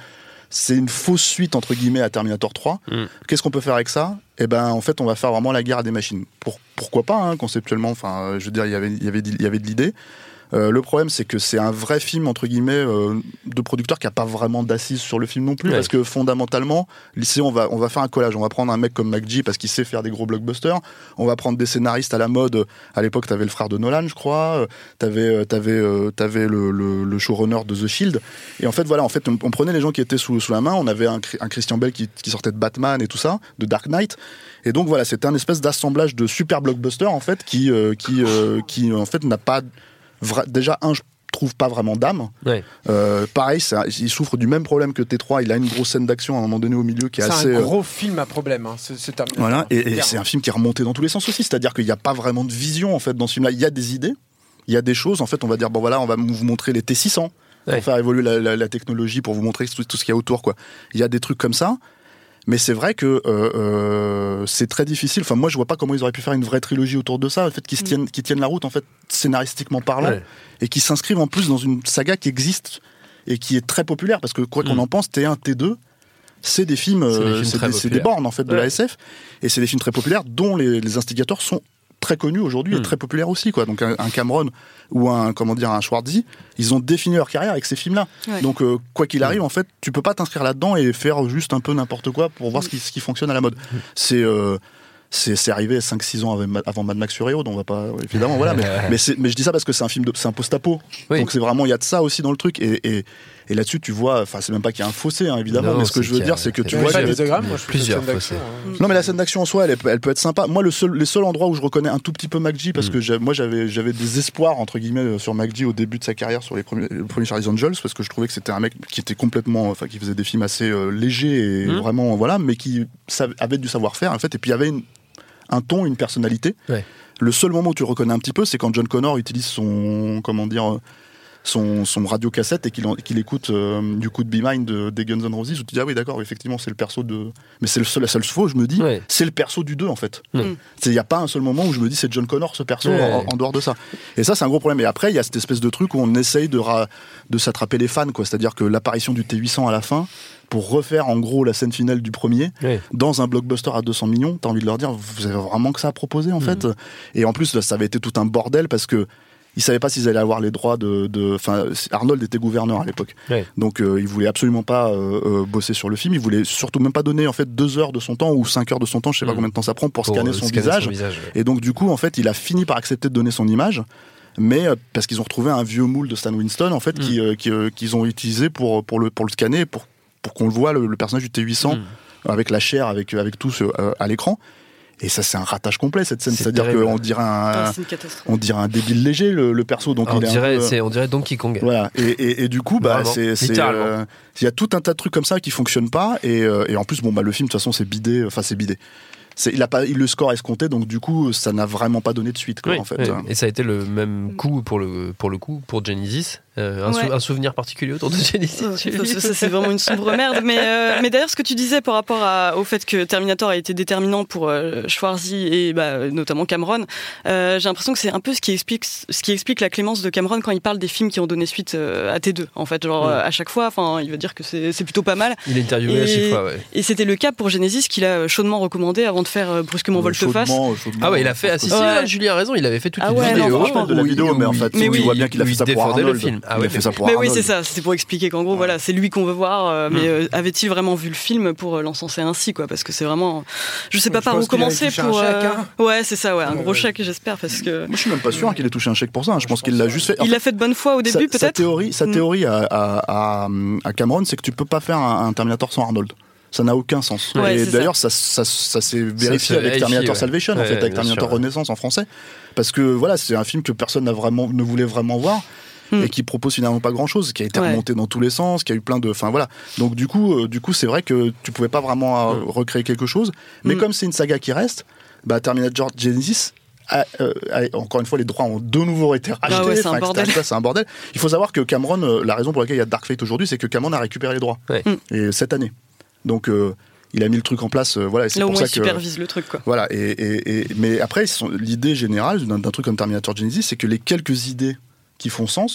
c'est une fausse suite entre guillemets à Terminator trois. Mm. Qu'est-ce qu'on peut faire avec ça ? Eh ben, en fait, on va faire vraiment la guerre des machines. Pour, pourquoi pas, hein, conceptuellement. Enfin, je veux dire, il y avait, il y avait, il y avait de l'idée. Euh, le problème, c'est que c'est un vrai film entre guillemets euh, de producteur qui a pas vraiment d'assises sur le film non plus, ouais. parce que fondamentalement, lycée, on va on va faire un collage. On va prendre un mec comme McG parce qu'il sait faire des gros blockbusters. On va prendre des scénaristes à la mode. À l'époque, t'avais le frère de Nolan, je crois. T'avais t'avais euh, t'avais le, le, le showrunner de The Shield. Et en fait, voilà, en fait, on, on prenait les gens qui étaient sous sous la main. On avait un, un Christian Bale qui, qui sortait de Batman et tout ça, de Dark Knight. Et donc voilà, c'était un espèce d'assemblage de super blockbusters en fait qui euh, qui euh, qui en fait n'a pas Vra- déjà un je trouve pas vraiment d'âme. Ouais. Euh, pareil, ça, il souffre du même problème que T trois. Il a une grosse scène d'action à un moment donné au milieu qui est c'est assez. C'est un gros euh... film à problème. Hein, c'est, c'est voilà, et, et c'est un film qui est remonté dans tous les sens aussi. C'est-à-dire qu'il n'y a pas vraiment de vision en fait dans ce film-là. Il y a des idées, il y a des choses. En fait, on va dire bon voilà, on va vous montrer les T six cents pour ouais. faire évoluer la, la, la technologie, pour vous montrer tout, tout ce qu'il y a autour, quoi. Il y a des trucs comme ça. Mais c'est vrai que euh, euh, c'est très difficile. Enfin, moi, je vois pas comment ils auraient pu faire une vraie trilogie autour de ça, en fait, qui se tiennent, qui tiennent la route, en fait, scénaristiquement parlant, ouais. et qui s'inscrivent en plus dans une saga qui existe et qui est très populaire, parce que quoi qu'on mmh. en pense, T un, T deux, c'est des films, c'est des, films c'est des, c'est des bornes en fait de ouais. la S F, et c'est des films très populaires dont les, les instigateurs sont très connus aujourd'hui mmh. et très populaires aussi, quoi. Donc un, un Cameron ou un comment dire un Schwarzy, ils ont défini leur carrière avec ces films-là. Ouais. Donc euh, quoi qu'il arrive, en fait, tu peux pas t'inscrire là-dedans et faire juste un peu n'importe quoi pour voir mmh. ce qui ce qui fonctionne à la mode. Mmh. C'est euh, C'est, c'est arrivé cinq six ans avant Mad Max Fury Road, on va pas évidemment voilà mais mais, c'est, mais je dis ça parce que c'est un film de, c'est un post-apo, oui. donc c'est vraiment il y a de ça aussi dans le truc et et, et là-dessus tu vois, enfin c'est même pas qu'il y a un fossé hein, évidemment, non, mais ce que je veux dire c'est que tu vois pas des moi je plusieurs fossés. Hein. Non mais la scène d'action en soi elle, elle peut être sympa. Moi le seul les seuls endroits où je reconnais un tout petit peu McG parce mm. que j'ai, moi j'avais j'avais des espoirs entre guillemets sur McG au début de sa carrière sur les premiers les premiers Charlie's Angels, parce que je trouvais que c'était un mec qui était complètement enfin qui faisait des films assez euh, légers et mm. vraiment voilà, mais qui avait du savoir-faire en fait, et puis il y avait une un ton, une personnalité. Ouais. Le seul moment où tu le reconnais un petit peu, c'est quand John Connor utilise son, comment dire, son, son radiocassette et qu'il, en, qu'il écoute euh, du coup de Be Mine de, des Guns N' Roses, où tu te dis ah oui d'accord, effectivement c'est le perso de, mais c'est le seul, la seule fois où je me dis ouais. c'est le perso du deux en fait. Il mm. n'y a pas un seul moment où je me dis c'est John Connor ce perso ouais. en, en dehors de ça. Et ça c'est un gros problème. Et après il y a cette espèce de truc où on essaye de, ra, de s'attraper les fans, quoi. C'est-à-dire que l'apparition du T huit cents à la fin, pour refaire en gros la scène finale du premier oui. dans un blockbuster à deux cents millions, t'as envie de leur dire vous avez vraiment que ça à proposer en mmh. fait. Et en plus ça avait été tout un bordel parce que ils savaient pas s'ils allaient avoir les droits de, de... enfin Arnold était gouverneur à l'époque, oui. donc euh, il voulait absolument pas euh, euh, bosser sur le film, il voulait surtout même pas donner en fait deux heures de son temps ou cinq heures de son temps, je sais mmh. pas combien de temps ça prend pour, pour scanner, son, scanner visage. son visage ouais. Et donc du coup en fait il a fini par accepter de donner son image, mais euh, parce qu'ils ont retrouvé un vieux moule de Stan Winston en fait mmh. qui, euh, qui, euh, qu'ils ont utilisé pour, pour, le, pour le scanner, pour pour qu'on le voit, le, le personnage du T huit cents, mmh. avec la chair, avec, avec tout ce, euh, à l'écran. Et ça, c'est un ratage complet, cette scène. C'est C'est-à-dire terrible. qu'on dirait un, on dirait un débile léger, le, le perso. Donc on, il est dirait, peu, c'est, on dirait Donkey Kong. Voilà. Et, et, et du coup, bah, c'est, c'est, euh, il y a tout un tas de trucs comme ça qui fonctionnent pas. Et, euh, et en plus, bon, bah, le film, de toute façon, c'est bidé. Enfin, c'est bidé. C'est, il a pas, il, le score escompté, donc du coup, ça n'a vraiment pas donné de suite, quoi, oui, en fait. Oui. Et ça a été le même coup pour le, pour le coup, pour Genesis. Euh, un, ouais. sou- un souvenir particulier autour de Genesis. Oh, ça, ça, c'est vraiment une sombre merde. Mais, euh, mais d'ailleurs, ce que tu disais par rapport à, au fait que Terminator a été déterminant pour euh, Schwarzy et bah, notamment Cameron, euh, j'ai l'impression que c'est un peu ce qui explique, ce qui explique la clémence de Cameron quand il parle des films qui ont donné suite euh, à T deux. En fait, genre, ouais. à chaque fois, il va dire que c'est, c'est plutôt pas mal. Il est interviewé et, à chaque fois, ouais. Et c'était le cas pour Genesis qu'il a chaudement recommandé avant de faire euh, brusquement volte-face. Chaudement, chaudement, ah ouais, il a fait. Ah, si, si, ouais. Julie a raison, il avait fait toute ah une ouais, vidéo. Non, je parle de la vidéo, mais en fait, mais tu oui, vois bien qu'il a fait ça pour Arnold. Le film. Ah il ouais, a fait ça pour mais Arnold. Oui, c'est ça. C'était pour expliquer qu'en gros, voilà, c'est lui qu'on veut voir. Euh, mais euh, avait-il vraiment vu le film pour l'encenser ainsi, quoi? Parce que c'est vraiment, je sais pas je par où commencer pour. Un chèque, hein. euh... Ouais, c'est ça, ouais, un gros chèque, j'espère, parce que. Moi, je suis même pas sûr qu'il ait touché un chèque pour ça. Hein. Je pense qu'il l'a juste fait. Il l'a fait de bonne foi au début, sa, peut-être. Sa théorie, sa théorie à, à, à Cameron, c'est que tu peux pas faire un, un Terminator sans Arnold. Ça n'a aucun sens. Ouais, et d'ailleurs, ça. Ça, ça, ça s'est vérifié avec vérifie, Terminator ouais. Salvation, ouais, en fait, avec Terminator sûr, Renaissance ouais. en français, parce que voilà, c'est un film que personne n'a vraiment, ne voulait vraiment voir. Mm. Et qui propose finalement pas grand chose, qui a été ouais. remonté dans tous les sens, qui a eu plein de, enfin voilà. Donc du coup, euh, du coup, c'est vrai que tu pouvais pas vraiment euh, mm. recréer quelque chose. Mais mm. comme c'est une saga qui reste, bah Terminator Genesis. A, euh, a, encore une fois, les droits ont de nouveau été rachetés. Ah ouais, c'est, un bordel. Ça, c'est un bordel. Il faut savoir que Cameron, euh, la raison pour laquelle il y a Dark Fate aujourd'hui, c'est que Cameron a récupéré les droits. Ouais. Et cette année. Donc euh, il a mis le truc en place, euh, voilà. Et c'est là pour au moins ça il que, supervise le truc, quoi. Voilà. Et, et, et mais après, sont, l'idée générale d'un, d'un truc comme Terminator Genesis, c'est que les quelques idées qui font sens,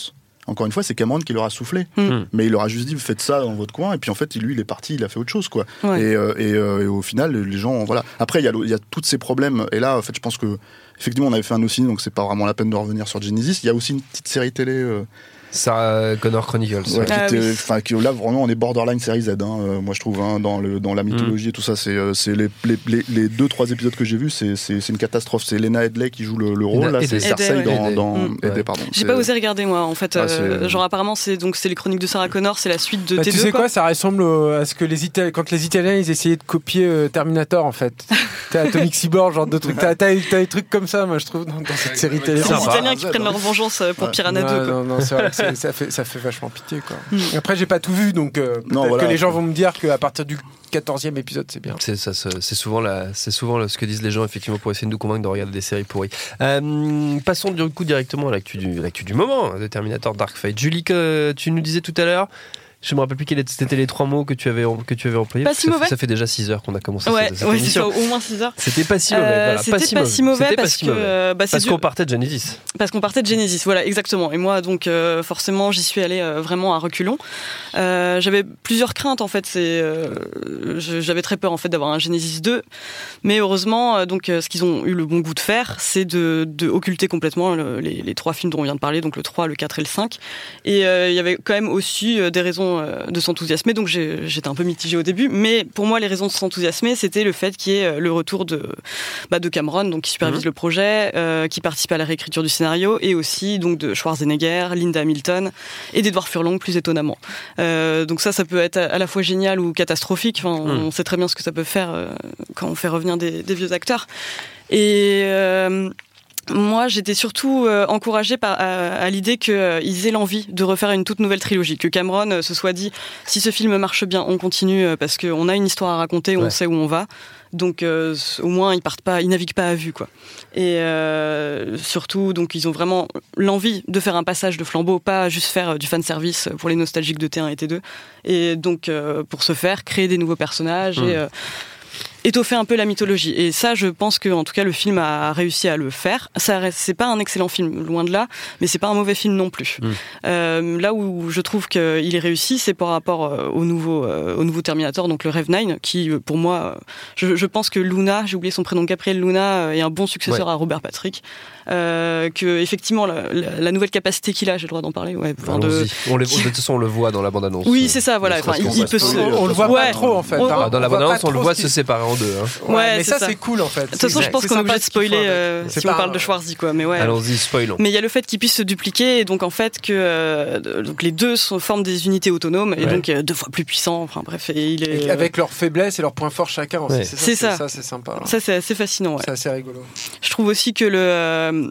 encore une fois, c'est Cameron qui leur a soufflé. Mm. Mais il leur a juste dit, faites ça dans votre coin. Et puis en fait, lui, il est parti, il a fait autre chose, quoi. Ouais. Et, euh, et, euh, et au final, les gens, voilà. Après, il y a, il y a tous ces problèmes. Et là, en fait, je pense que, effectivement, on avait fait un aussi, donc c'est pas vraiment la peine de revenir sur Genesis. Il y a aussi une petite série télé. Euh, Sarah Connor Chronicles. Ouais, qui Ah, était, oui. enfin, qui, là, vraiment, on est borderline série Z, hein, euh, moi, je trouve, hein, dans, le, dans la mythologie mm. et tout ça. C'est, euh, c'est les, les, les, les deux, trois épisodes que j'ai vus, c'est, c'est, c'est une catastrophe. C'est Lena Headey qui joue le, le rôle, là, c'est Cersei dans, dans mm. Headey, pardon. J'ai c'est... pas osé regarder, moi, en fait. Ah, euh, genre, apparemment, c'est, donc, c'est les chroniques de Sarah Connor, c'est la suite de bah, T deux. Tu sais quoi, quoi ça ressemble à ce que les Italiens, quand les Italiens, ils essayaient de copier euh, Terminator, en fait. T'as Atomic Cyborg, genre de trucs. T'as, t'as, t'as des trucs comme ça, moi, je trouve, dans, dans cette série télé. C'est les Italiens qui prennent leur vengeance pour Piranha non, deux, quoi. Non, non, c'est vrai, c'est, ça, fait, ça fait vachement pitié, quoi. Mm. Après, j'ai pas tout vu, donc euh, peut-être non, voilà, que les gens vont me dire qu'à partir du quatorzième épisode, c'est bien. C'est, ça, c'est souvent, la, c'est souvent la, ce que disent les gens, effectivement, pour essayer de nous convaincre de regarder des séries pourries. Euh, passons du coup directement à l'actu du, l'actu du moment, de Terminator Dark Fate. Julie, que tu nous disais tout à l'heure, je me rappelle plus quels étaient les trois mots que tu avais, que tu avais employés. Pas si ça, mauvais. Fait, ça fait déjà six heures qu'on a commencé ouais, cette, cette ouais, émission. C'est ça, au moins six heures. C'était pas si mauvais. Euh, voilà, c'était pas si pas mauvais. si mauvais c'était parce, pas si que, mauvais. euh, bah, parce c'est qu'on du... partait de Genesis. Parce qu'on partait de Genesis, voilà, exactement. Et moi, donc, euh, forcément, j'y suis allée euh, vraiment à reculons. Euh, j'avais plusieurs craintes, en fait. C'est, euh, j'avais très peur, en fait, d'avoir un Genesis deux. Mais heureusement, euh, donc, euh, ce qu'ils ont eu le bon goût de faire, c'est de, de occulter complètement le, les, les trois films dont on vient de parler, donc le trois, le quatre et le cinq. Et il euh, y avait quand même aussi euh, des raisons euh, de s'enthousiasmer. Donc, j'ai, j'étais un peu mitigée au début. Mais pour moi, les raisons de s'enthousiasmer, c'était le fait qu'il y ait le retour de, bah, de Cameron, donc, qui supervise mmh. le projet, euh, qui participe à la réécriture du scénario, et aussi donc de Schwarzenegger, Linda Hamilton et d'Edward Furlong, plus étonnamment. Euh, donc ça, ça peut être à la fois génial ou catastrophique. Enfin, mmh. on sait très bien ce que ça peut faire euh, quand on fait revenir des, des vieux acteurs. Et euh, moi, j'étais surtout euh, encouragée par, à, à l'idée qu'ils euh, aient l'envie de refaire une toute nouvelle trilogie, que Cameron euh, se soit dit, si ce film marche bien, on continue, euh, parce qu'on a une histoire à raconter, ouais. on sait où on va. Donc euh, au moins ils partent pas, ils naviguent pas à vue, quoi. Et euh, surtout donc ils ont vraiment l'envie de faire un passage de flambeau, pas juste faire du fan service pour les nostalgiques de T un et T deux. Et donc euh, pour ce faire, créer des nouveaux personnages mmh. et euh, étoffer un peu la mythologie. Et ça, je pense que en tout cas le film a réussi à le faire. Ça reste, c'est pas un excellent film, loin de là, mais c'est pas un mauvais film non plus. Mmh. Euh, là où je trouve qu'il est réussi, c'est par rapport au nouveau, au nouveau Terminator, donc le Rev neuf, qui pour moi, je, je pense que Luna, j'ai oublié son prénom, Gabriel Luna, est un bon successeur ouais. à Robert Patrick. Euh, que effectivement la, la, la nouvelle capacité qu'il a, j'ai le droit d'en parler. Ouais, enfin de... on les, de toute façon, on le voit dans la bande-annonce. Oui, c'est ça. Voilà. Enfin, il, il peut se... on, on le voit ouais. pas trop en fait. On, hein. Dans la bande-annonce, on le voit se séparer en deux. Hein. Ouais, ouais, mais c'est ça, ça c'est cool en fait. De toute façon, je pense qu'on est obligé de spoiler euh, si on parle de Schwarzy, quoi. Mais ouais. Allons-y, spoilons. Mais il y a le fait qu'ils puissent se dupliquer, et donc en fait que euh, donc les deux sont, forment des unités autonomes et ouais. donc euh, deux fois plus puissants. Enfin bref, et il est et avec leurs faiblesses et leurs points forts chacun. Ouais. C'est, c'est ça, ça. ça, c'est sympa. Ça, c'est assez fascinant. Ouais. C'est assez rigolo. Je trouve aussi que le euh,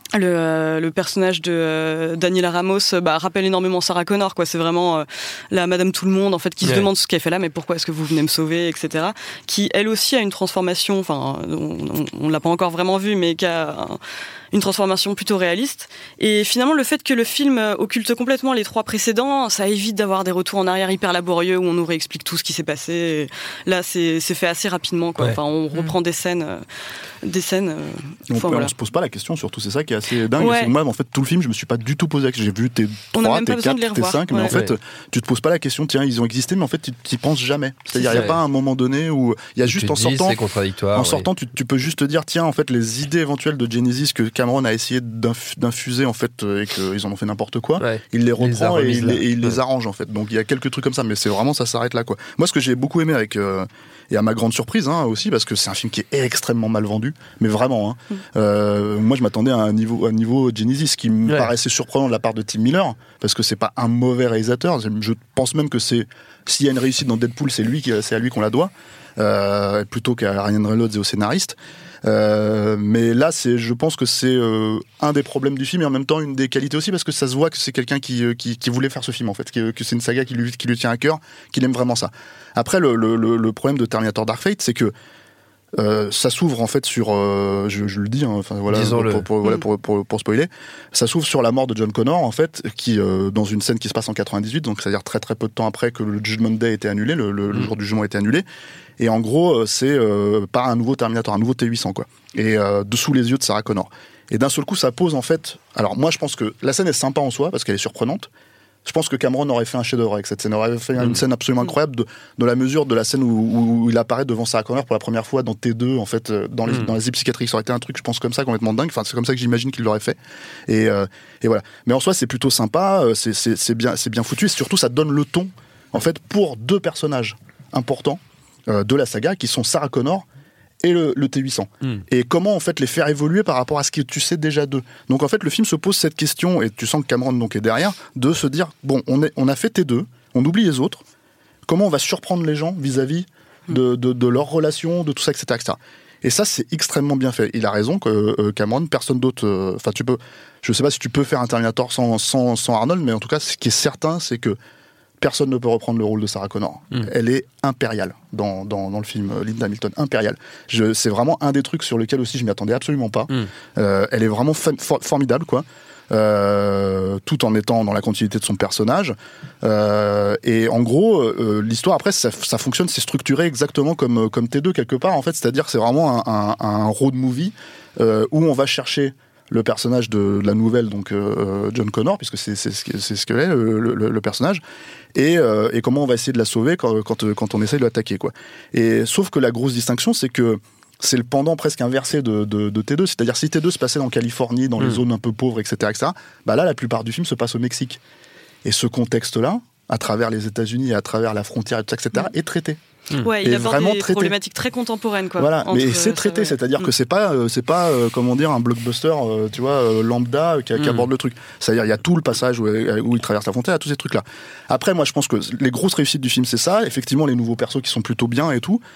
Le, le personnage de euh, Daniela Ramos bah, rappelle énormément Sarah Connor, quoi. C'est vraiment euh, la Madame Tout le Monde, en fait, qui ouais. se demande ce qu'elle fait là, mais pourquoi est-ce que vous venez me sauver, et cetera. Qui elle aussi a une transformation, enfin, on, on, on l'a pas encore vraiment vu, mais qui a un, une transformation plutôt réaliste. Et finalement, le fait que le film occulte complètement les trois précédents, ça évite d'avoir des retours en arrière hyper laborieux où on nous réexplique tout ce qui s'est passé. Et là, c'est, c'est fait assez rapidement, quoi. Ouais. Enfin, on reprend mmh. des scènes, euh, des scènes. Euh, on, enfin, on voilà. se pose pas la question, surtout, c'est ça qui est assez dingue. Ouais. C'est que moi, en fait, tout le film, je me suis pas du tout posé la question. J'ai vu tes trois, tes quatre, tes cinq, ouais. mais en fait, ouais. tu te poses pas la question. Tiens, ils ont existé, mais en fait, tu t'y penses jamais. C'est-à-dire, il y a pas un moment donné où il y a juste en sortant, c'est contradictoire. En sortant, tu, tu peux juste te dire, tiens, en fait, les idées éventuelles de Genesis que Cameron a essayé d'infuser en fait et qu'ils en ont fait n'importe quoi, ouais. il les reprend les et, il, et il les ouais. arrange en fait. Donc il y a quelques trucs comme ça, mais c'est vraiment ça s'arrête là, quoi. Moi, ce que j'ai beaucoup aimé avec euh, et à ma grande surprise hein, aussi, parce que c'est un film qui est extrêmement mal vendu, mais vraiment. Hein. Mm. Euh, moi, je m'attendais à un niveau, à un niveau Genesis qui me ouais. paraissait surprenant de la part de Tim Miller, parce que c'est pas un mauvais réalisateur. Je pense même que c'est s'il y a une réussite dans Deadpool, c'est lui, c'est à lui qu'on la doit, euh, plutôt qu'à Ryan Reynolds et au scénariste. Euh, mais là, c'est, je pense que c'est euh, un des problèmes du film et en même temps une des qualités aussi, parce que ça se voit que c'est quelqu'un qui, qui, qui voulait faire ce film en fait, que, que c'est une saga qui lui, qui lui tient à cœur, qu'il aime vraiment ça. Après, le, le, le problème de Terminator Dark Fate, c'est que Euh, ça s'ouvre en fait sur, euh, je, je le dis, hein, enfin voilà, pour, pour, pour, voilà pour, pour, pour spoiler, ça s'ouvre sur la mort de John Connor en fait, qui euh, dans une scène qui se passe en quatre-vingt-dessous, donc c'est-à-dire très très peu de temps après que le Judgment Day a été annulé, le, le, mm. le jour du jugement a été annulé, et en gros c'est euh, par un nouveau Terminator, un nouveau T huit cents quoi, et euh, dessous les yeux de Sarah Connor. Et d'un seul coup, ça pose en fait. Alors moi, je pense que la scène est sympa en soi parce qu'elle est surprenante. Je pense que Cameron aurait fait un chef-d'œuvre avec cette scène. Il aurait fait une scène absolument incroyable de, de la mesure de la scène où, où il apparaît devant Sarah Connor pour la première fois dans T deux, en fait, dans les, mm. dans les psychiatriques. Ça aurait été un truc, je pense, comme ça, complètement dingue. Enfin, c'est comme ça que j'imagine qu'il l'aurait fait. Et, euh, et voilà. Mais en soi, c'est plutôt sympa. C'est, c'est, c'est bien, c'est bien foutu. Et surtout, ça donne le ton, en fait, pour deux personnages importants euh, de la saga, qui sont Sarah Connor et le, le T huit cents. Mm. Et comment, en fait, les faire évoluer par rapport à ce que tu sais déjà d'eux. Donc, en fait, le film se pose cette question, et tu sens que Cameron donc, est derrière, de se dire, bon, on, est, on a fait T deux, on oublie les autres, comment on va surprendre les gens vis-à-vis de, de, de leurs relations, de tout ça, et cetera, et cetera. Et ça, c'est extrêmement bien fait. Il a raison que euh, Cameron, personne d'autre... Enfin, euh, tu peux... Je sais pas si tu peux faire un Terminator sans, sans, sans Arnold, mais en tout cas, ce qui est certain, c'est que personne ne peut reprendre le rôle de Sarah Connor. Mmh. Elle est impériale dans, dans, dans le film Linda Hamilton, impériale. Je, c'est vraiment un des trucs sur lesquels aussi je m'y attendais absolument pas. Mmh. Euh, elle est vraiment fa- for- formidable, quoi. Euh, tout en étant dans la continuité de son personnage. Euh, et en gros, euh, l'histoire après, ça, ça fonctionne, c'est structuré exactement comme, comme T deux quelque part, en fait. C'est-à-dire que c'est vraiment un, un, un road movie euh, où on va chercher le personnage de, de la nouvelle, donc euh, John Connor, puisque c'est, c'est, c'est ce que est le, le, le personnage, et, euh, et comment on va essayer de la sauver quand, quand, quand on essaie de l'attaquer, quoi. Et sauf que la grosse distinction, c'est que c'est le pendant presque inversé de, de, de T deux, c'est-à-dire si T deux se passait en Californie, dans mmh. les zones un peu pauvres, et cetera, et cetera, bah là, la plupart du film se passe au Mexique. Et ce contexte-là, à travers les États-Unis, et à travers la frontière, et cetera, mmh. est traité. Ouais, il aborde des traité. problématiques très contemporaines, quoi. Voilà, mais euh, c'est traité, ça, ouais. c'est-à-dire mmh. que c'est pas, euh, c'est pas, euh, comment dire, un blockbuster, euh, tu vois, euh, lambda qui, qui mmh. aborde le truc. C'est-à-dire, il y a tout le passage où, où il traverse la frontière, tous ces trucs-là. Après, moi, je pense que les grosses réussites du film, c'est ça. Effectivement, les nouveaux persos qui sont plutôt bien et tout.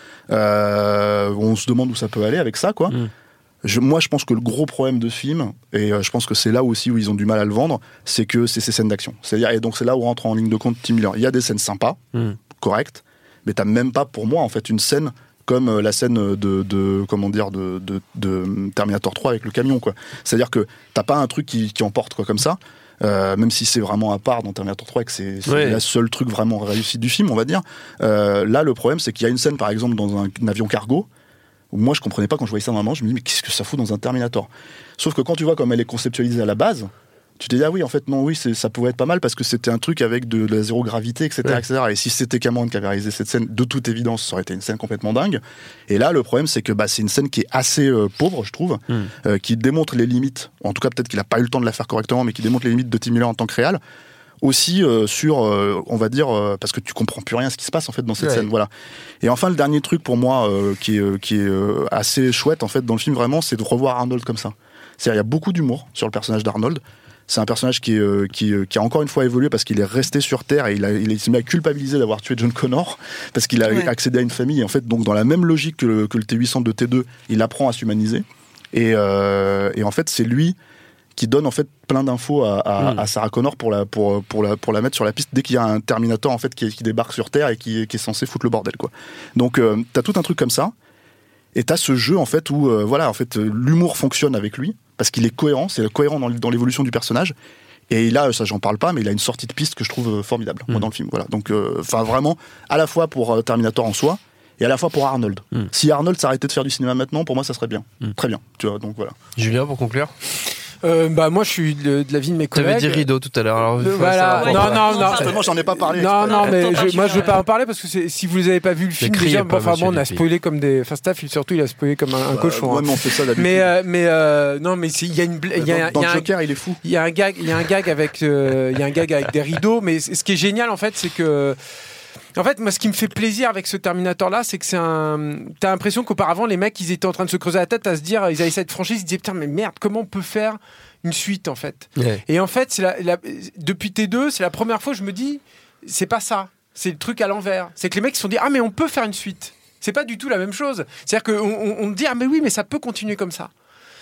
Euh, on se demande où ça peut aller avec ça, quoi. Mmh. Je, moi, je pense que le gros problème de ce film, et euh, je pense que c'est là aussi où ils ont du mal à le vendre, c'est que c'est ces scènes d'action. C'est-à-dire, et donc c'est là où rentre en ligne de compte Tim Miller. Il y a des scènes sympas, mmh. correctes, mais t'as même pas pour moi en fait une scène comme la scène de, de comment dire de, de, de Terminator trois avec le camion, quoi. C'est-à-dire que t'as pas un truc qui, qui emporte, quoi, comme ça, euh, même si c'est vraiment à part dans Terminator trois et que c'est, c'est ouais. le seul truc vraiment réussi du film, on va dire. Euh, là, le problème, c'est qu'il y a une scène par exemple dans un, un avion cargo où moi je comprenais pas quand je voyais ça dans un moment, je me dis mais qu'est-ce que ça fout dans un Terminator. Sauf que quand tu vois comme elle est conceptualisée à la base, tu te dis, ah oui, en fait, non, oui, c'est, ça pouvait être pas mal parce que c'était un truc avec de, de la zéro gravité, et cetera, ouais. et cetera. Et si c'était Cameron qui avait réalisé cette scène, de toute évidence, ça aurait été une scène complètement dingue. Et là, le problème, c'est que bah, c'est une scène qui est assez euh, pauvre, je trouve, mm. euh, qui démontre les limites, en tout cas, peut-être qu'il n'a pas eu le temps de la faire correctement, mais qui démontre les limites de Tim Miller en tant que réal. Aussi euh, sur, euh, on va dire, euh, parce que tu comprends plus rien ce qui se passe en fait dans cette ouais. scène, voilà. Et enfin, le dernier truc pour moi euh, qui est, euh, qui est euh, assez chouette en fait dans le film, vraiment, c'est de revoir Arnold comme ça. C'est-à-dire, il y a beaucoup d'humour sur le personnage d'Arnold. C'est un personnage qui, euh, qui, euh, qui a encore une fois évolué parce qu'il est resté sur Terre et il, a, il s'est mis à culpabiliser d'avoir tué John Connor parce qu'il a ouais. accédé à une famille. Et en fait, donc dans la même logique que le, que le T huit cents de T deux, il apprend à s'humaniser. Et, euh, et en fait, c'est lui qui donne en fait plein d'infos à, à, mmh. à Sarah Connor pour la, pour, pour, la, pour la mettre sur la piste dès qu'il y a un Terminator en fait qui, qui débarque sur Terre et qui, qui est censé foutre le bordel, quoi. Donc euh, t'as tout un truc comme ça. Et t'as ce jeu en fait où euh, voilà, en fait l'humour fonctionne avec lui parce qu'il est cohérent, c'est cohérent dans, dans l'évolution du personnage. Et il a, ça j'en parle pas, mais il a une sortie de piste que je trouve formidable, mmh. moi, dans le film. Voilà. Donc, enfin euh, vraiment, à la fois pour euh, Terminator en soi et à la fois pour Arnold. Mmh. Si Arnold s'arrêtait de faire du cinéma maintenant, pour moi, ça serait bien, mmh. très bien. Tu vois, donc voilà. Julien, pour conclure. Euh, bah moi je suis de, de l'avis de mes collègues. T'avais dit rideau tout à l'heure. Alors euh, voilà. Ça, non non non. Certainement j'en ai pas parlé. Non non mais je, moi je vais pas en parler parce que c'est, si vous les avez pas vu le film déjà, bon, enfin bon on a spoilé comme des, enfin Staff surtout il a spoilé comme un, un bah, cochon. Ouais, hein. Mais on fait ça d'habitude. Mais euh, mais euh, non mais il y a une, il y a, dans, y a dans un Joker il est fou. Il y a un gag, il y a un gag avec, il euh, y a un gag avec des rideaux. Mais ce qui est génial en fait c'est que en fait, moi, ce qui me fait plaisir avec ce Terminator-là, c'est que c'est un. T'as l'impression qu'auparavant, les mecs, ils étaient en train de se creuser la tête à se dire, ils avaient cette franchise, ils se disaient putain, mais merde, comment on peut faire une suite en fait. Ouais. Et en fait, c'est la, la, depuis T deux, c'est la première fois que je me dis, c'est pas ça, c'est le truc à l'envers. C'est que les mecs se sont dit, ah mais on peut faire une suite. C'est pas du tout la même chose. C'est-à-dire qu'on on, on dit, ah mais oui, mais ça peut continuer comme ça.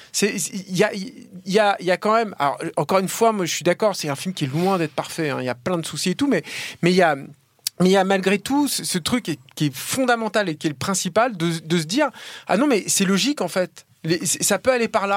Il y a, y, a, y a quand même, alors, encore une fois, moi je suis d'accord, c'est un film qui est loin d'être parfait, il hein, y a plein de soucis et tout, mais il y a... Mais il y a malgré tout ce, ce truc qui est, qui est fondamental et qui est le principal de, de se dire, ah non mais c'est logique en fait, les, ça peut aller par là.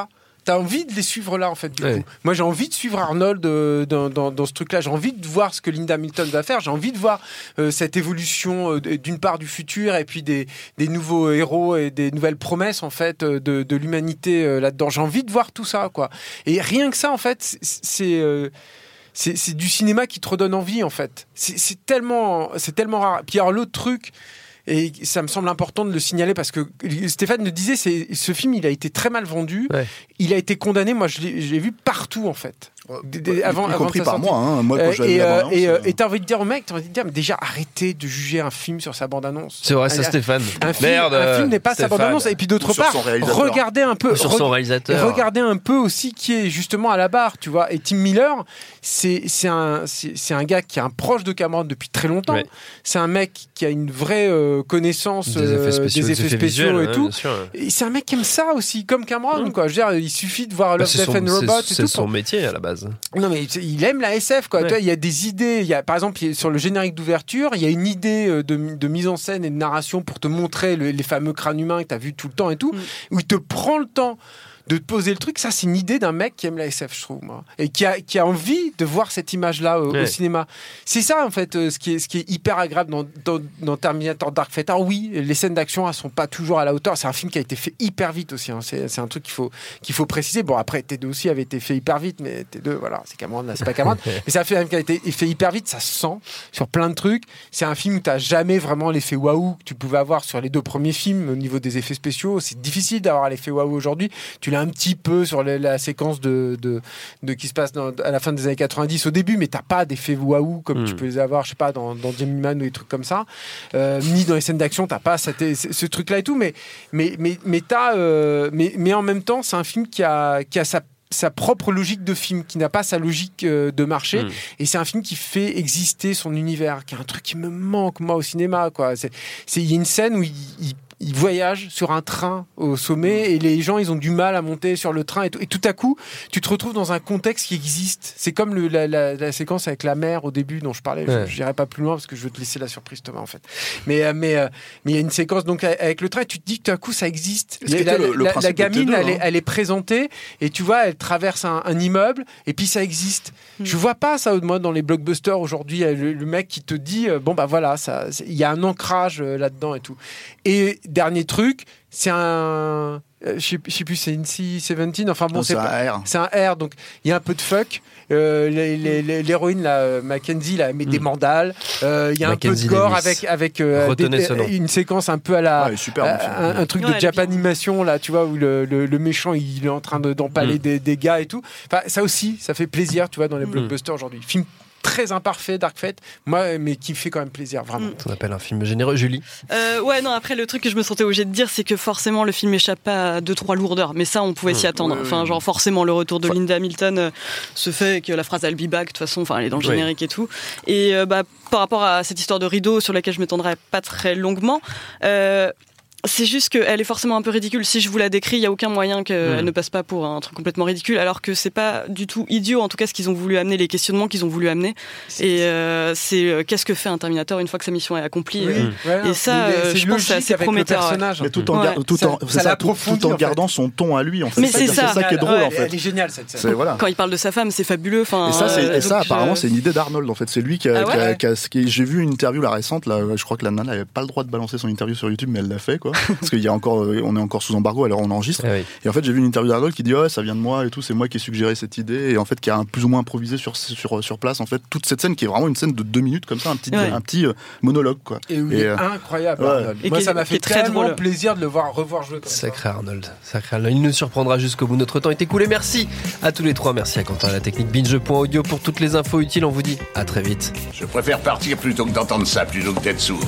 t'as envie de les suivre là en fait du ouais. coup. Moi j'ai envie de suivre Arnold euh, dans, dans, dans ce truc-là. J'ai envie de voir ce que Linda Hamilton va faire. J'ai envie de voir euh, cette évolution euh, d'une part du futur et puis des, des nouveaux héros et des nouvelles promesses en fait de, de l'humanité euh, là-dedans. J'ai envie de voir tout ça quoi. Et rien que ça en fait, c'est, c'est euh, C'est, c'est du cinéma qui te redonne envie en fait. C'est, c'est tellement, c'est tellement rare. Puis alors l'autre truc, et ça me semble important de le signaler parce que Stéphane le disait, c'est ce film il a été très mal vendu. Ouais. Il a été condamné. Moi je l'ai, je l'ai vu partout en fait. Des, des, avant, y avant compris par moi, hein. Moi quand euh, je et, euh, et, euh, et t'as envie de dire au mec, t'as envie de dire mais déjà arrêtez de juger un film sur sa bande-annonce. C'est vrai, ça Stéphane. Un film, Merde. Un film n'est pas Stéphane. sa bande-annonce. Et puis d'autre part, regardez un peu. Ou sur son réalisateur. Et regardez un peu aussi qui est justement à la barre, tu vois. Et Tim Miller, c'est c'est un c'est, c'est un gars qui est un proche de Cameron depuis très longtemps. Ouais. C'est un mec qui a une vraie euh, connaissance des effets spéciaux, des effets des effets spéciaux visuels, et tout. Ouais, et c'est un mec qui aime ça aussi, comme Cameron. Mmh. Quoi. Je veux dire, il suffit de voir Love, bah, Death and Robots. C'est, c'est tout son pour... métier à la base. Non mais il aime la S F quoi. Ouais. Toi, il y a des idées. Il y a par exemple sur le générique d'ouverture, il y a une idée de, de mise en scène et de narration pour te montrer le, les fameux crânes humains que t'as vu tout le temps et tout, mmh. où il te prend le temps de te poser le truc. Ça, c'est une idée d'un mec qui aime la S F, je trouve, moi, et qui a, qui a envie de voir cette image-là au, ouais. au cinéma. C'est ça, en fait, euh, ce, qui est, ce qui est hyper agréable dans, dans, dans Terminator Dark Fate. Alors oui, les scènes d'action, elles sont pas toujours à la hauteur. C'est un film qui a été fait hyper vite aussi. Hein. C'est, c'est un truc qu'il faut, qu'il faut préciser. Bon, après, T deux aussi avait été fait hyper vite, mais T deux, voilà, c'est Cameron, là, c'est pas Cameron. Mais c'est un film qui a été fait hyper vite, ça se sent sur plein de trucs. C'est un film où t'as jamais vraiment l'effet waouh que tu pouvais avoir sur les deux premiers films au niveau des effets spéciaux. C'est difficile d'avoir l'effet waouh aujourd'hui. Tu l'as un petit peu sur les, la séquence de, de, de qui se passe dans, à la fin des années quatre-vingt-dix au début, mais t'as pas d'effet waouh comme mmh. tu peux les avoir, je sais pas, dans, dans Jamie Man ou des trucs comme ça, euh, ni dans les scènes d'action, t'as pas cette, ce truc-là et tout, mais mais mais mais t'as, euh, mais mais en même temps, c'est un film qui a qui a sa sa propre logique de film, qui n'a pas sa logique euh, de marché, mmh. et c'est un film qui fait exister son univers, qui est un truc qui me manque moi au cinéma, quoi. C'est, c'est, il y a une scène où il, il ils voyagent sur un train au sommet et les gens ils ont du mal à monter sur le train et tout, et tout à coup tu te retrouves dans un contexte qui existe. C'est comme le, la, la, la séquence avec la mer au début dont je parlais. Ouais. Je n'irai pas plus loin parce que je veux te laisser la surprise Thomas en fait. Mais mais mais il y a une séquence donc avec le train et tu te dis que tout à coup ça existe. La, la, le, le la, la gamine deux, elle, hein. est, elle est présentée et tu vois elle traverse un, un immeuble et puis ça existe. Mmh. Je vois pas ça moi dans les blockbusters aujourd'hui. Le, le mec qui te dit bon bah voilà ça il y a un ancrage là-dedans et tout. Et dernier truc, c'est un, je sais, je sais plus, c'est une C dix-sept, enfin bon, non, c'est, c'est pas, un R. C'est un R, donc il y a un peu de fuck. Euh, les, les, les, l'héroïne, là, Mackenzie, là, met mm. des mandales. Il euh, y a Mackenzie un peu de gore Davis. avec, avec euh, des, des, une séquence un peu à la, ouais, super, euh, un, un truc ouais, de Japanimation, là, tu vois, où le, le, le méchant il est en train de, d'empaler mm. des, des gars et tout. Enfin, ça aussi, ça fait plaisir, tu vois, dans les mm. blockbusters aujourd'hui. Film très imparfait, Dark Fate, moi, mais qui fait quand même plaisir, vraiment. On appelle un film généreux, Julie. Euh, ouais, non, après, le truc que je me sentais obligée de dire, c'est que forcément, le film échappe pas à deux, trois lourdeurs, mais ça, on pouvait mmh. s'y attendre. Enfin, genre, forcément, le retour de Linda Hamilton euh, se fait que la phrase I'll be back, de toute façon, enfin, elle est dans le générique oui. et tout. Et, euh, bah, par rapport à cette histoire de rideau, sur laquelle je m'étendrai pas très longuement, euh, c'est juste qu'elle est forcément un peu ridicule. Si je vous la décris, il n'y a aucun moyen qu'elle mmh. ne passe pas pour un truc complètement ridicule, alors que c'est pas du tout idiot, en tout cas, ce qu'ils ont voulu amener, les questionnements qu'ils ont voulu amener. C'est, et euh, c'est euh, qu'est-ce que fait un Terminator une fois que sa mission est accomplie. Oui. Euh, ouais, et ça, euh, je pense que c'est assez prometteur. Mais tout en, gar- tout en, ça, ça, tout, tout en gardant en son ton à lui, en fait. Mais c'est, c'est, ça. c'est ça qui est drôle, ouais, en fait. Elle est géniale, cette scène. C'est, voilà. Quand il parle de sa femme, c'est fabuleux. Enfin, et ça, c'est, euh, et ça apparemment, je... c'est une idée d'Arnold, en fait. C'est lui qui a, ah ouais qui a, qui a, qui a, j'ai vu une interview, la récente, là, je crois que la nana n'avait pas le droit de balancer son interview sur YouTube, mais elle l'a fait, quoi. Parce qu'il y a encore on est encore sous embargo, alors on enregistre. Ah oui. Et en fait, j'ai vu une interview d'Arnold qui dit ouais, ça vient de moi et tout, c'est moi qui ai suggéré cette idée, et en fait, qui a un, plus ou moins improvisé sur, sur, sur place, en fait, toute cette scène qui est vraiment une scène de deux minutes comme ça, un petit, ouais. un petit euh, monologue, quoi. Et oui, euh, incroyable, ouais. Arnold. Et moi, ça m'a fait tellement plaisir de le voir revoir jouer comme Sacré ça. Arnold, sacré Arnold. Il nous surprendra jusqu'au bout. Notre temps est écoulé. Merci à tous les trois. Merci à Quentin à la technique binge point audio pour toutes les infos utiles. On vous dit à très vite. Je préfère partir plutôt que d'entendre ça, plutôt que d'être sourd.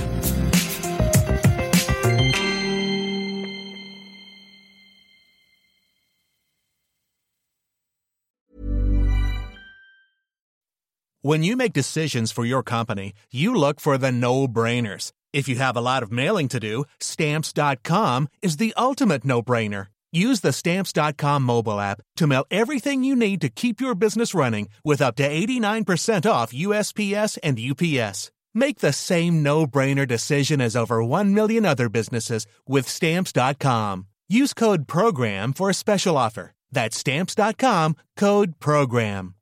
When you make decisions for your company, you look for the no-brainers. If you have a lot of mailing to do, Stamps dot com is the ultimate no-brainer. Use the Stamps dot com mobile app to mail everything you need to keep your business running with up to eighty-nine percent off U S P S and U P S. Make the same no-brainer decision as over one million other businesses with Stamps dot com. Use code PROGRAM for a special offer. That's stamps dot com, code PROGRAM.